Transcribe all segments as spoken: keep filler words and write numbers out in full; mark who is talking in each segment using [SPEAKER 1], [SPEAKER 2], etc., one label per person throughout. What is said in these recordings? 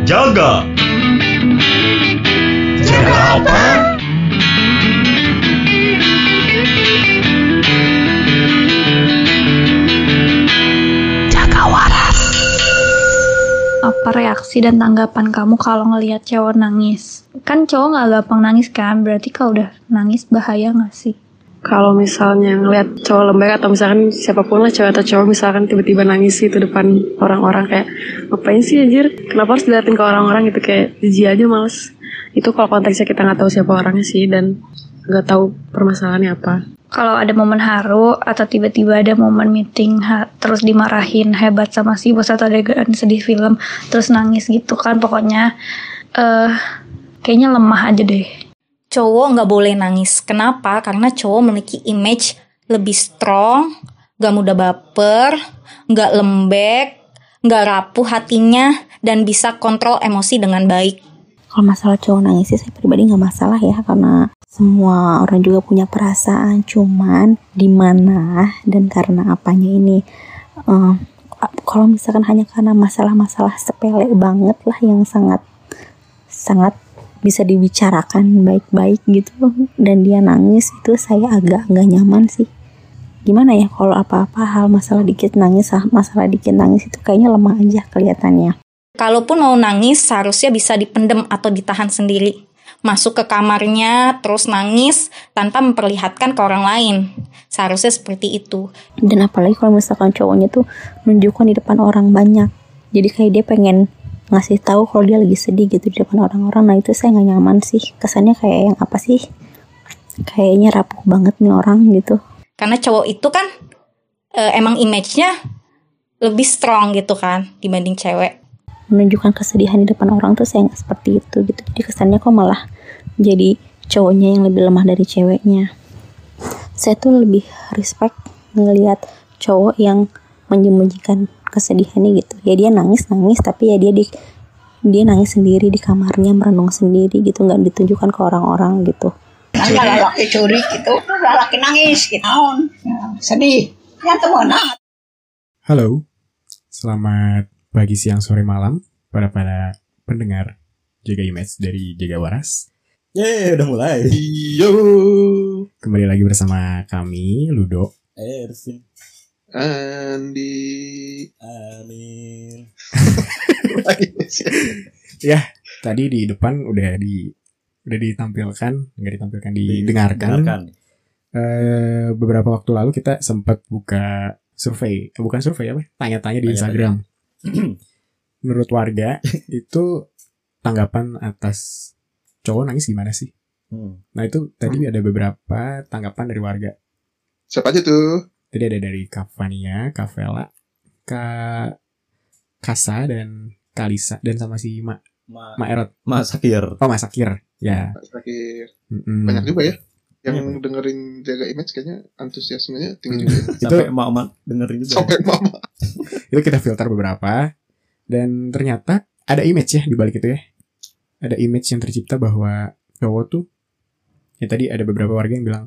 [SPEAKER 1] Jaga. Jaga apa?
[SPEAKER 2] Jaga waras. Apa reaksi dan tanggapan kamu kalau ngelihat cowok nangis? Kan cowok nggak gampang nangis kan? Berarti kalau udah nangis bahaya nggak sih?
[SPEAKER 3] Kalau misalnya ngeliat cowok lembek atau misalkan siapapun lah cowok atau cowok misalkan tiba-tiba nangis gitu depan orang-orang kayak ngapain sih anjir? Kenapa harus diliatin ke orang-orang gitu, kayak jijik aja males. Itu kalau konteksnya kita nggak tahu siapa orangnya sih dan nggak tahu permasalahannya apa.
[SPEAKER 2] Kalau ada momen haru atau tiba-tiba ada momen meeting ha- terus dimarahin hebat sama si bos atau adegan sedih film terus nangis gitu kan, pokoknya eh uh, kayaknya lemah aja deh.
[SPEAKER 4] Cowok nggak boleh nangis. Kenapa? Karena cowok memiliki image lebih strong, nggak mudah baper, nggak lembek, nggak rapuh hatinya, dan bisa kontrol emosi dengan baik.
[SPEAKER 5] Kalau masalah cowok nangis sih saya pribadi nggak masalah ya, karena semua orang juga punya perasaan. Cuman di mana dan karena apanya ini. Uh, kalau misalkan hanya karena masalah-masalah sepele banget lah yang sangat sangat bisa dibicarakan baik-baik gitu dan dia nangis, itu saya agak nggak nyaman sih. Gimana ya kalau apa-apa hal masalah dikit nangis, masalah dikit nangis itu kayaknya lemah aja kelihatannya.
[SPEAKER 4] Kalaupun mau nangis seharusnya bisa dipendem atau ditahan sendiri. Masuk ke kamarnya terus nangis tanpa memperlihatkan ke orang lain. Seharusnya seperti itu.
[SPEAKER 5] Dan apalagi kalau misalkan cowoknya tuh nunjukkan di depan orang banyak, jadi kayak dia pengen ngasih tahu kalau dia lagi sedih gitu di depan orang-orang. Nah itu saya nggak nyaman sih, kesannya kayak yang apa sih, kayaknya rapuh banget nih orang gitu.
[SPEAKER 4] Karena cowok itu kan e, emang image-nya lebih strong gitu kan dibanding cewek.
[SPEAKER 5] Menunjukkan kesedihan di depan orang tuh saya nggak seperti itu gitu, jadi kesannya kok malah jadi cowoknya yang lebih lemah dari ceweknya. Saya tuh lebih respect ngelihat cowok yang menyembunyikan kesedihannya gitu. Ya dia nangis-nangis tapi ya dia di dia nangis sendiri di kamarnya, merenung sendiri gitu, nggak ditunjukkan ke orang-orang gitu.
[SPEAKER 6] Nah, laki curi gitu, laki nangis gitu, ya, sedih, ya temenan.
[SPEAKER 7] Halo, selamat pagi, siang, sore, malam para para pendengar Jaga Image dari Jaga Waras.
[SPEAKER 1] Yeay, udah mulai.
[SPEAKER 7] Yo, kembali lagi bersama kami Ludo,
[SPEAKER 1] Ersin,
[SPEAKER 8] Andi,
[SPEAKER 1] Amin.
[SPEAKER 7] Ya, tadi di depan udah di udah ditampilkan, nggak ditampilkan, didengarkan.
[SPEAKER 1] Didengarkan.
[SPEAKER 7] Uh, beberapa waktu lalu kita sempat buka survei, eh, bukan survei apa? Tanya-tanya di Instagram. Menurut warga itu tanggapan atas cowok nangis gimana sih? Hmm. Nah itu tadi hmm. ada beberapa tanggapan dari warga.
[SPEAKER 8] Siapa aja tuh?
[SPEAKER 7] Tadi ada dari Kak Fania, Kak Vela, Kak Kasa, dan Kalisa, dan sama si Ma, Ma, Ma Erot.
[SPEAKER 1] Ma Sakir.
[SPEAKER 7] Oh, Ma Sakir. Ya.
[SPEAKER 8] Ma Sakir. Mm-mm. Banyak juga ya yang hmm. dengerin Jaga Image, kayaknya antusiasmenya tinggi juga.
[SPEAKER 7] Itu
[SPEAKER 1] sampai mama dengerin juga.
[SPEAKER 8] Sampai mama.
[SPEAKER 7] Itu kita filter beberapa dan ternyata ada image ya di balik itu ya. Ada image yang tercipta bahwa cowok tuh, ya tadi ada beberapa warga yang bilang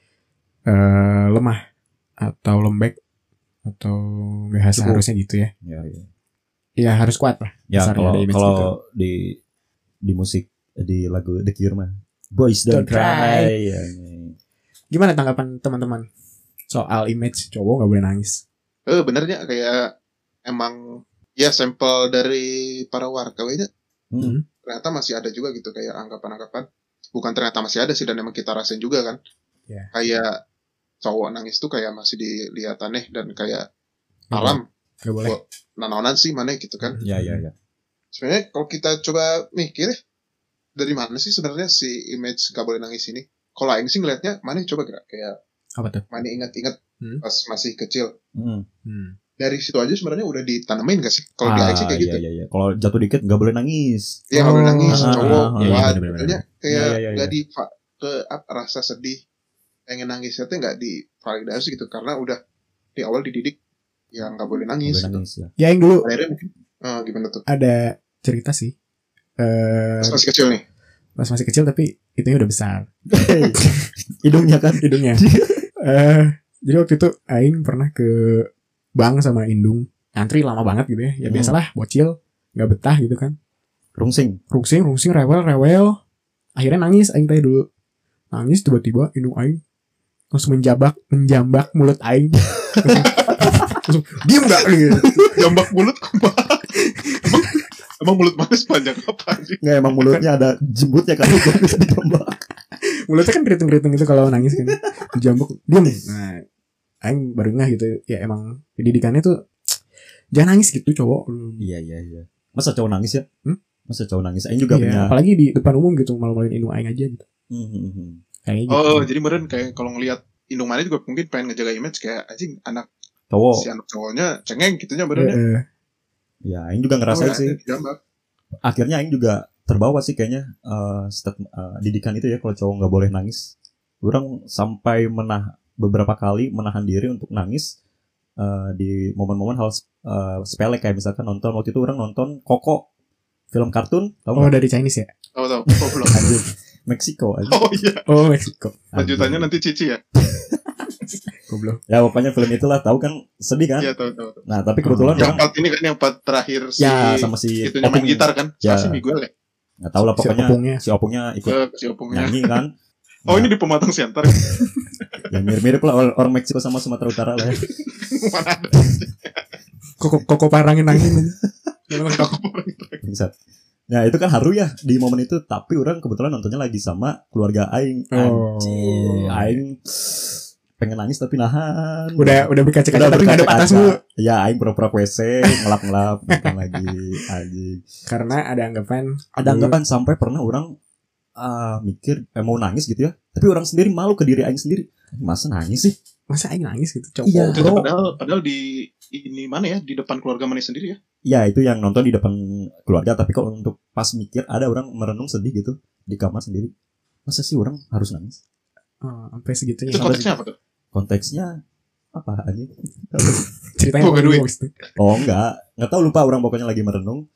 [SPEAKER 7] uh, lemah atau lembek atau nggak seharusnya gitu ya.
[SPEAKER 1] Ya, ya.
[SPEAKER 7] Ya harus kuat lah.
[SPEAKER 1] Ya kalau kalau gitu. di di musik di lagu The Cure mah Boys Don't, Don't Cry. Cry. Ya, ya.
[SPEAKER 7] Gimana tanggapan teman-teman soal image cowok nggak boleh nangis?
[SPEAKER 8] Eh benernya kayak emang ya sampel dari para warga aja. Hmm. Ternyata masih ada juga gitu kayak anggapan-anggapan. Bukan ternyata masih ada sih, dan emang kita rasain juga kan. Yeah. Kayak cowok nangis tuh kayak masih dilihat aneh dan kayak gak alam.
[SPEAKER 7] Gak boleh.
[SPEAKER 8] Nanonan sih mana gitu kan.
[SPEAKER 1] Iya, iya, iya.
[SPEAKER 8] Sebenarnya kalau kita coba mikir dari mana sih sebenarnya si image gak boleh nangis ini? Kalau aing sih ngelihatnya mana coba kira kayak
[SPEAKER 7] apa tuh?
[SPEAKER 8] Mana ingat-ingat hmm? pas masih kecil.
[SPEAKER 1] Hmm. Hmm.
[SPEAKER 8] Dari situ aja sebenarnya udah ditanamin gak sih? Kalau ah, di aing sih kayak
[SPEAKER 1] iya,
[SPEAKER 8] gitu.
[SPEAKER 1] Iya, iya. Kalau jatuh dikit gak boleh nangis.
[SPEAKER 8] Iya, oh, gak boleh nangis.
[SPEAKER 1] Ah,
[SPEAKER 8] cowok
[SPEAKER 1] ah,
[SPEAKER 8] kuat.
[SPEAKER 1] iya,
[SPEAKER 8] Iya, kayak
[SPEAKER 1] iya, iya,
[SPEAKER 8] gak
[SPEAKER 1] iya.
[SPEAKER 8] di ke apa, rasa sedih pengen nangisnya tuh gak divalidasi gitu, karena udah di awal dididik yang gak boleh nangis.
[SPEAKER 1] Gak boleh
[SPEAKER 8] gitu.
[SPEAKER 1] nangis ya.
[SPEAKER 7] Ya yang dulu.
[SPEAKER 8] Akhirnya mungkin uh, gimana tuh?
[SPEAKER 7] Ada cerita sih. Uh,
[SPEAKER 8] pas masih kecil nih.
[SPEAKER 7] Pas masih kecil tapi itunya udah besar.
[SPEAKER 1] Hidungnya kan,
[SPEAKER 7] hidungnya. uh, jadi waktu itu aing pernah ke bank sama indung, antri lama banget gitu ya. Ya hmm. biasalah bocil, nggak betah gitu kan.
[SPEAKER 1] Rungsing.
[SPEAKER 7] Rungsing, rungsing, rewel, rewel. Akhirnya nangis aing teh dulu. Nangis tiba-tiba indung aing langsung menjambak, menjambak mulut aing. Langsung diem enggak gitu.
[SPEAKER 8] Jambak mulut kumaha? Emang, emang mulut mana sepanjang apa sih?
[SPEAKER 1] Nggak, emang mulutnya ada jembutnya kan itu bisa dijambak.
[SPEAKER 7] Mulutnya kan keriting-keriting itu kalau nangis kan. Dijambak, diem. Nah, aing baru ngeh gitu. Ya emang pendidikannya tuh jangan nangis gitu cowok.
[SPEAKER 1] Iya iya iya. Masa cowok nangis ya?
[SPEAKER 7] Hmm?
[SPEAKER 1] Masa cowok nangis? Aing juga
[SPEAKER 7] Iya,
[SPEAKER 1] punya.
[SPEAKER 7] apalagi di depan umum gitu, malu-maluin indung aing aja gitu.
[SPEAKER 1] Hmm.
[SPEAKER 7] Kayak gitu.
[SPEAKER 8] Oh, jadi meren kayak kalau ngelihat indung mana juga mungkin pengen ngejaga image kayak anjing anak
[SPEAKER 1] Cowok.
[SPEAKER 8] si anak cowoknya cengeng gitunya meren ya.
[SPEAKER 7] Eh,
[SPEAKER 1] Ya, Aing juga ngerasain
[SPEAKER 8] Oh, ya,
[SPEAKER 1] sih.
[SPEAKER 8] dijambak.
[SPEAKER 1] Akhirnya Aing juga terbawa sih kayaknya uh, stat, uh, didikan itu ya kalau cowok nggak boleh nangis. Orang sampai menah beberapa kali menahan diri untuk nangis uh, di momen-momen hal uh, sepele kayak misalkan nonton waktu itu orang nonton Koko film kartun tahu
[SPEAKER 7] oh
[SPEAKER 1] nggak?
[SPEAKER 7] dari Chinese ya?
[SPEAKER 8] Tahu tahu. Oh, belum.
[SPEAKER 1] Anjing. Meksiko anjing.
[SPEAKER 8] Oh iya.
[SPEAKER 7] Oh Meksiko.
[SPEAKER 8] Lanjutannya nanti Cici ya.
[SPEAKER 7] Goblok.
[SPEAKER 1] Ya pokoknya film itulah tahu kan sedih kan?
[SPEAKER 8] Iya tahu tahu. tahu.
[SPEAKER 1] Nah tapi kebetulan
[SPEAKER 8] Yang
[SPEAKER 1] orang
[SPEAKER 8] part ini kan yang part terakhir si
[SPEAKER 1] ya sama si
[SPEAKER 8] itu main
[SPEAKER 1] Opung.
[SPEAKER 8] gitar kan?
[SPEAKER 1] Ya.
[SPEAKER 8] Si Miguel ya.
[SPEAKER 1] Nggak tahu lah
[SPEAKER 7] Si
[SPEAKER 1] pokoknya
[SPEAKER 7] opungnya.
[SPEAKER 1] si opungnya ikut
[SPEAKER 8] Eh, si opungnya.
[SPEAKER 1] nyanyi kan.
[SPEAKER 8] Oh ini di Pematang Siantar.
[SPEAKER 1] Ya mirip-mirip lah orang- orang Meksiko sama Sumatera Utara lah ya.
[SPEAKER 8] Mana ada.
[SPEAKER 7] Koko koko parangin angin.
[SPEAKER 1] Bangsat. Nah itu kan haru ya di momen itu. Tapi orang kebetulan nontonnya lagi sama keluarga Aing.
[SPEAKER 7] Oh.
[SPEAKER 1] Anjir, Aing pengen nangis tapi nahan.
[SPEAKER 7] Udah udah berkaca-kaca
[SPEAKER 1] Udah
[SPEAKER 7] tapi nggak ada
[SPEAKER 1] berkaca-kaca.
[SPEAKER 7] patas mulu.
[SPEAKER 1] Ya Aing pura-pura ke W C ngelap-ngelap nonton lagi anjing.
[SPEAKER 7] Karena ada anggapan.
[SPEAKER 1] Ada anggapan sampai pernah orang ah, mikir eh, mau nangis gitu ya. Tapi orang sendiri malu ke diri Aing sendiri. Masa nangis sih?
[SPEAKER 7] Masa aing nangis gitu cowok.
[SPEAKER 1] Iya.
[SPEAKER 8] Itu
[SPEAKER 1] Bro.
[SPEAKER 8] padahal padahal di ini mana ya di depan keluarga mana sendiri ya.
[SPEAKER 1] Ya itu yang nonton di depan keluarga. Tapi kalau untuk pas mikir ada orang merenung sedih gitu di kamar sendiri. Masa sih orang harus nangis?
[SPEAKER 7] Oh, sampai segitunya.
[SPEAKER 8] Itu konteksnya apa tuh?
[SPEAKER 1] Konteksnya apa anjing?
[SPEAKER 7] Ceritanya
[SPEAKER 8] Bukan
[SPEAKER 7] apa
[SPEAKER 8] duit.
[SPEAKER 7] dulu gitu.
[SPEAKER 1] Oh enggak, enggak tahu lupa orang pokoknya lagi merenung.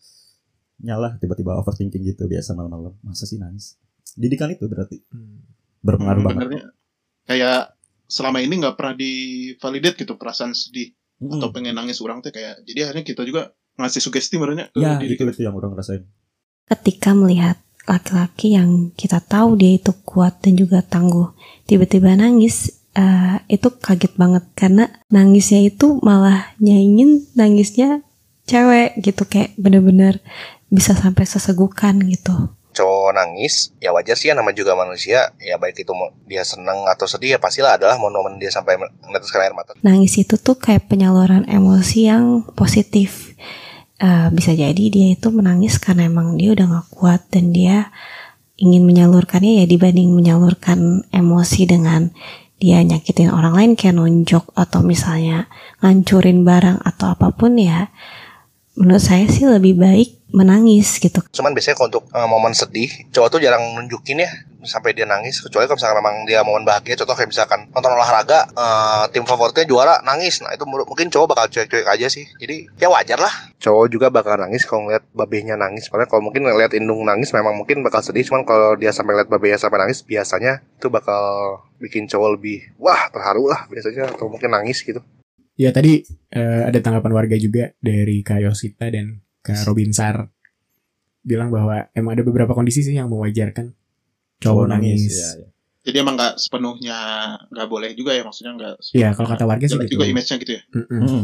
[SPEAKER 1] Nyalah tiba-tiba overthinking gitu biasa malam-malam. Masa sih nangis? Didikan itu berarti
[SPEAKER 7] Hmm.
[SPEAKER 1] berpengaruh banget.
[SPEAKER 8] Sebenarnya kayak selama ini nggak pernah divalidate gitu perasaan sedih
[SPEAKER 1] Mm-mm.
[SPEAKER 8] atau pengen nangis orang tuh kayak jadi akhirnya kita juga ngasih sugesti sebenarnya ke
[SPEAKER 1] Ya
[SPEAKER 8] diri
[SPEAKER 1] itu
[SPEAKER 8] kita.
[SPEAKER 1] itu yang orang rasain.
[SPEAKER 5] Ketika melihat laki-laki yang kita tahu dia itu kuat dan juga tangguh, tiba-tiba nangis, eh, itu kaget banget karena nangisnya itu malah nyaingin nangisnya cewek gitu, kayak bener-bener bisa sampai sesegukan gitu.
[SPEAKER 9] Cowok nangis, ya wajar sih ya, nama juga manusia. Ya baik itu mau dia senang atau sedih ya pastilah adalah momen dia sampai meneteskan air mata.
[SPEAKER 5] Nangis itu tuh kayak penyaluran emosi yang positif. Eh, bisa jadi dia itu menangis karena emang dia udah gak kuat dan dia ingin menyalurkannya, ya dibanding menyalurkan emosi dengan dia nyakitin orang lain kayak nonjok atau misalnya ngancurin barang atau apapun, ya menurut saya sih lebih baik menangis gitu.
[SPEAKER 9] Cuman biasanya kalau untuk uh, momen sedih, cowok tuh jarang nunjukin ya sampai dia nangis. Kecuali kalau misalkan memang dia momen bahagia, contoh kayak misalkan nonton olahraga, uh, tim favoritnya juara nangis. Nah itu mungkin cowok bakal cuek-cuek aja sih. Jadi ya wajar lah. Cowok juga bakal nangis kalau ngeliat babehnya nangis. Padahal kalau mungkin ngeliat indung nangis memang mungkin bakal sedih. Cuman kalau dia sampai ngeliat babehnya sampai nangis, biasanya itu bakal bikin cowok lebih wah terharu lah biasanya, atau mungkin nangis gitu.
[SPEAKER 7] Ya tadi eh, ada tanggapan warga juga dari Kak Yosita dan Kak Robinsar bilang bahwa emang ada beberapa kondisi sih yang mewajarkan cowok nangis.
[SPEAKER 1] Ya, ya.
[SPEAKER 8] Jadi emang nggak sepenuhnya nggak boleh juga ya, maksudnya nggak.
[SPEAKER 7] Iya, kalau kata warga sih
[SPEAKER 8] jelek
[SPEAKER 7] gitu.
[SPEAKER 8] juga image-nya gitu ya.
[SPEAKER 7] Mm-mm.
[SPEAKER 1] Mm-mm.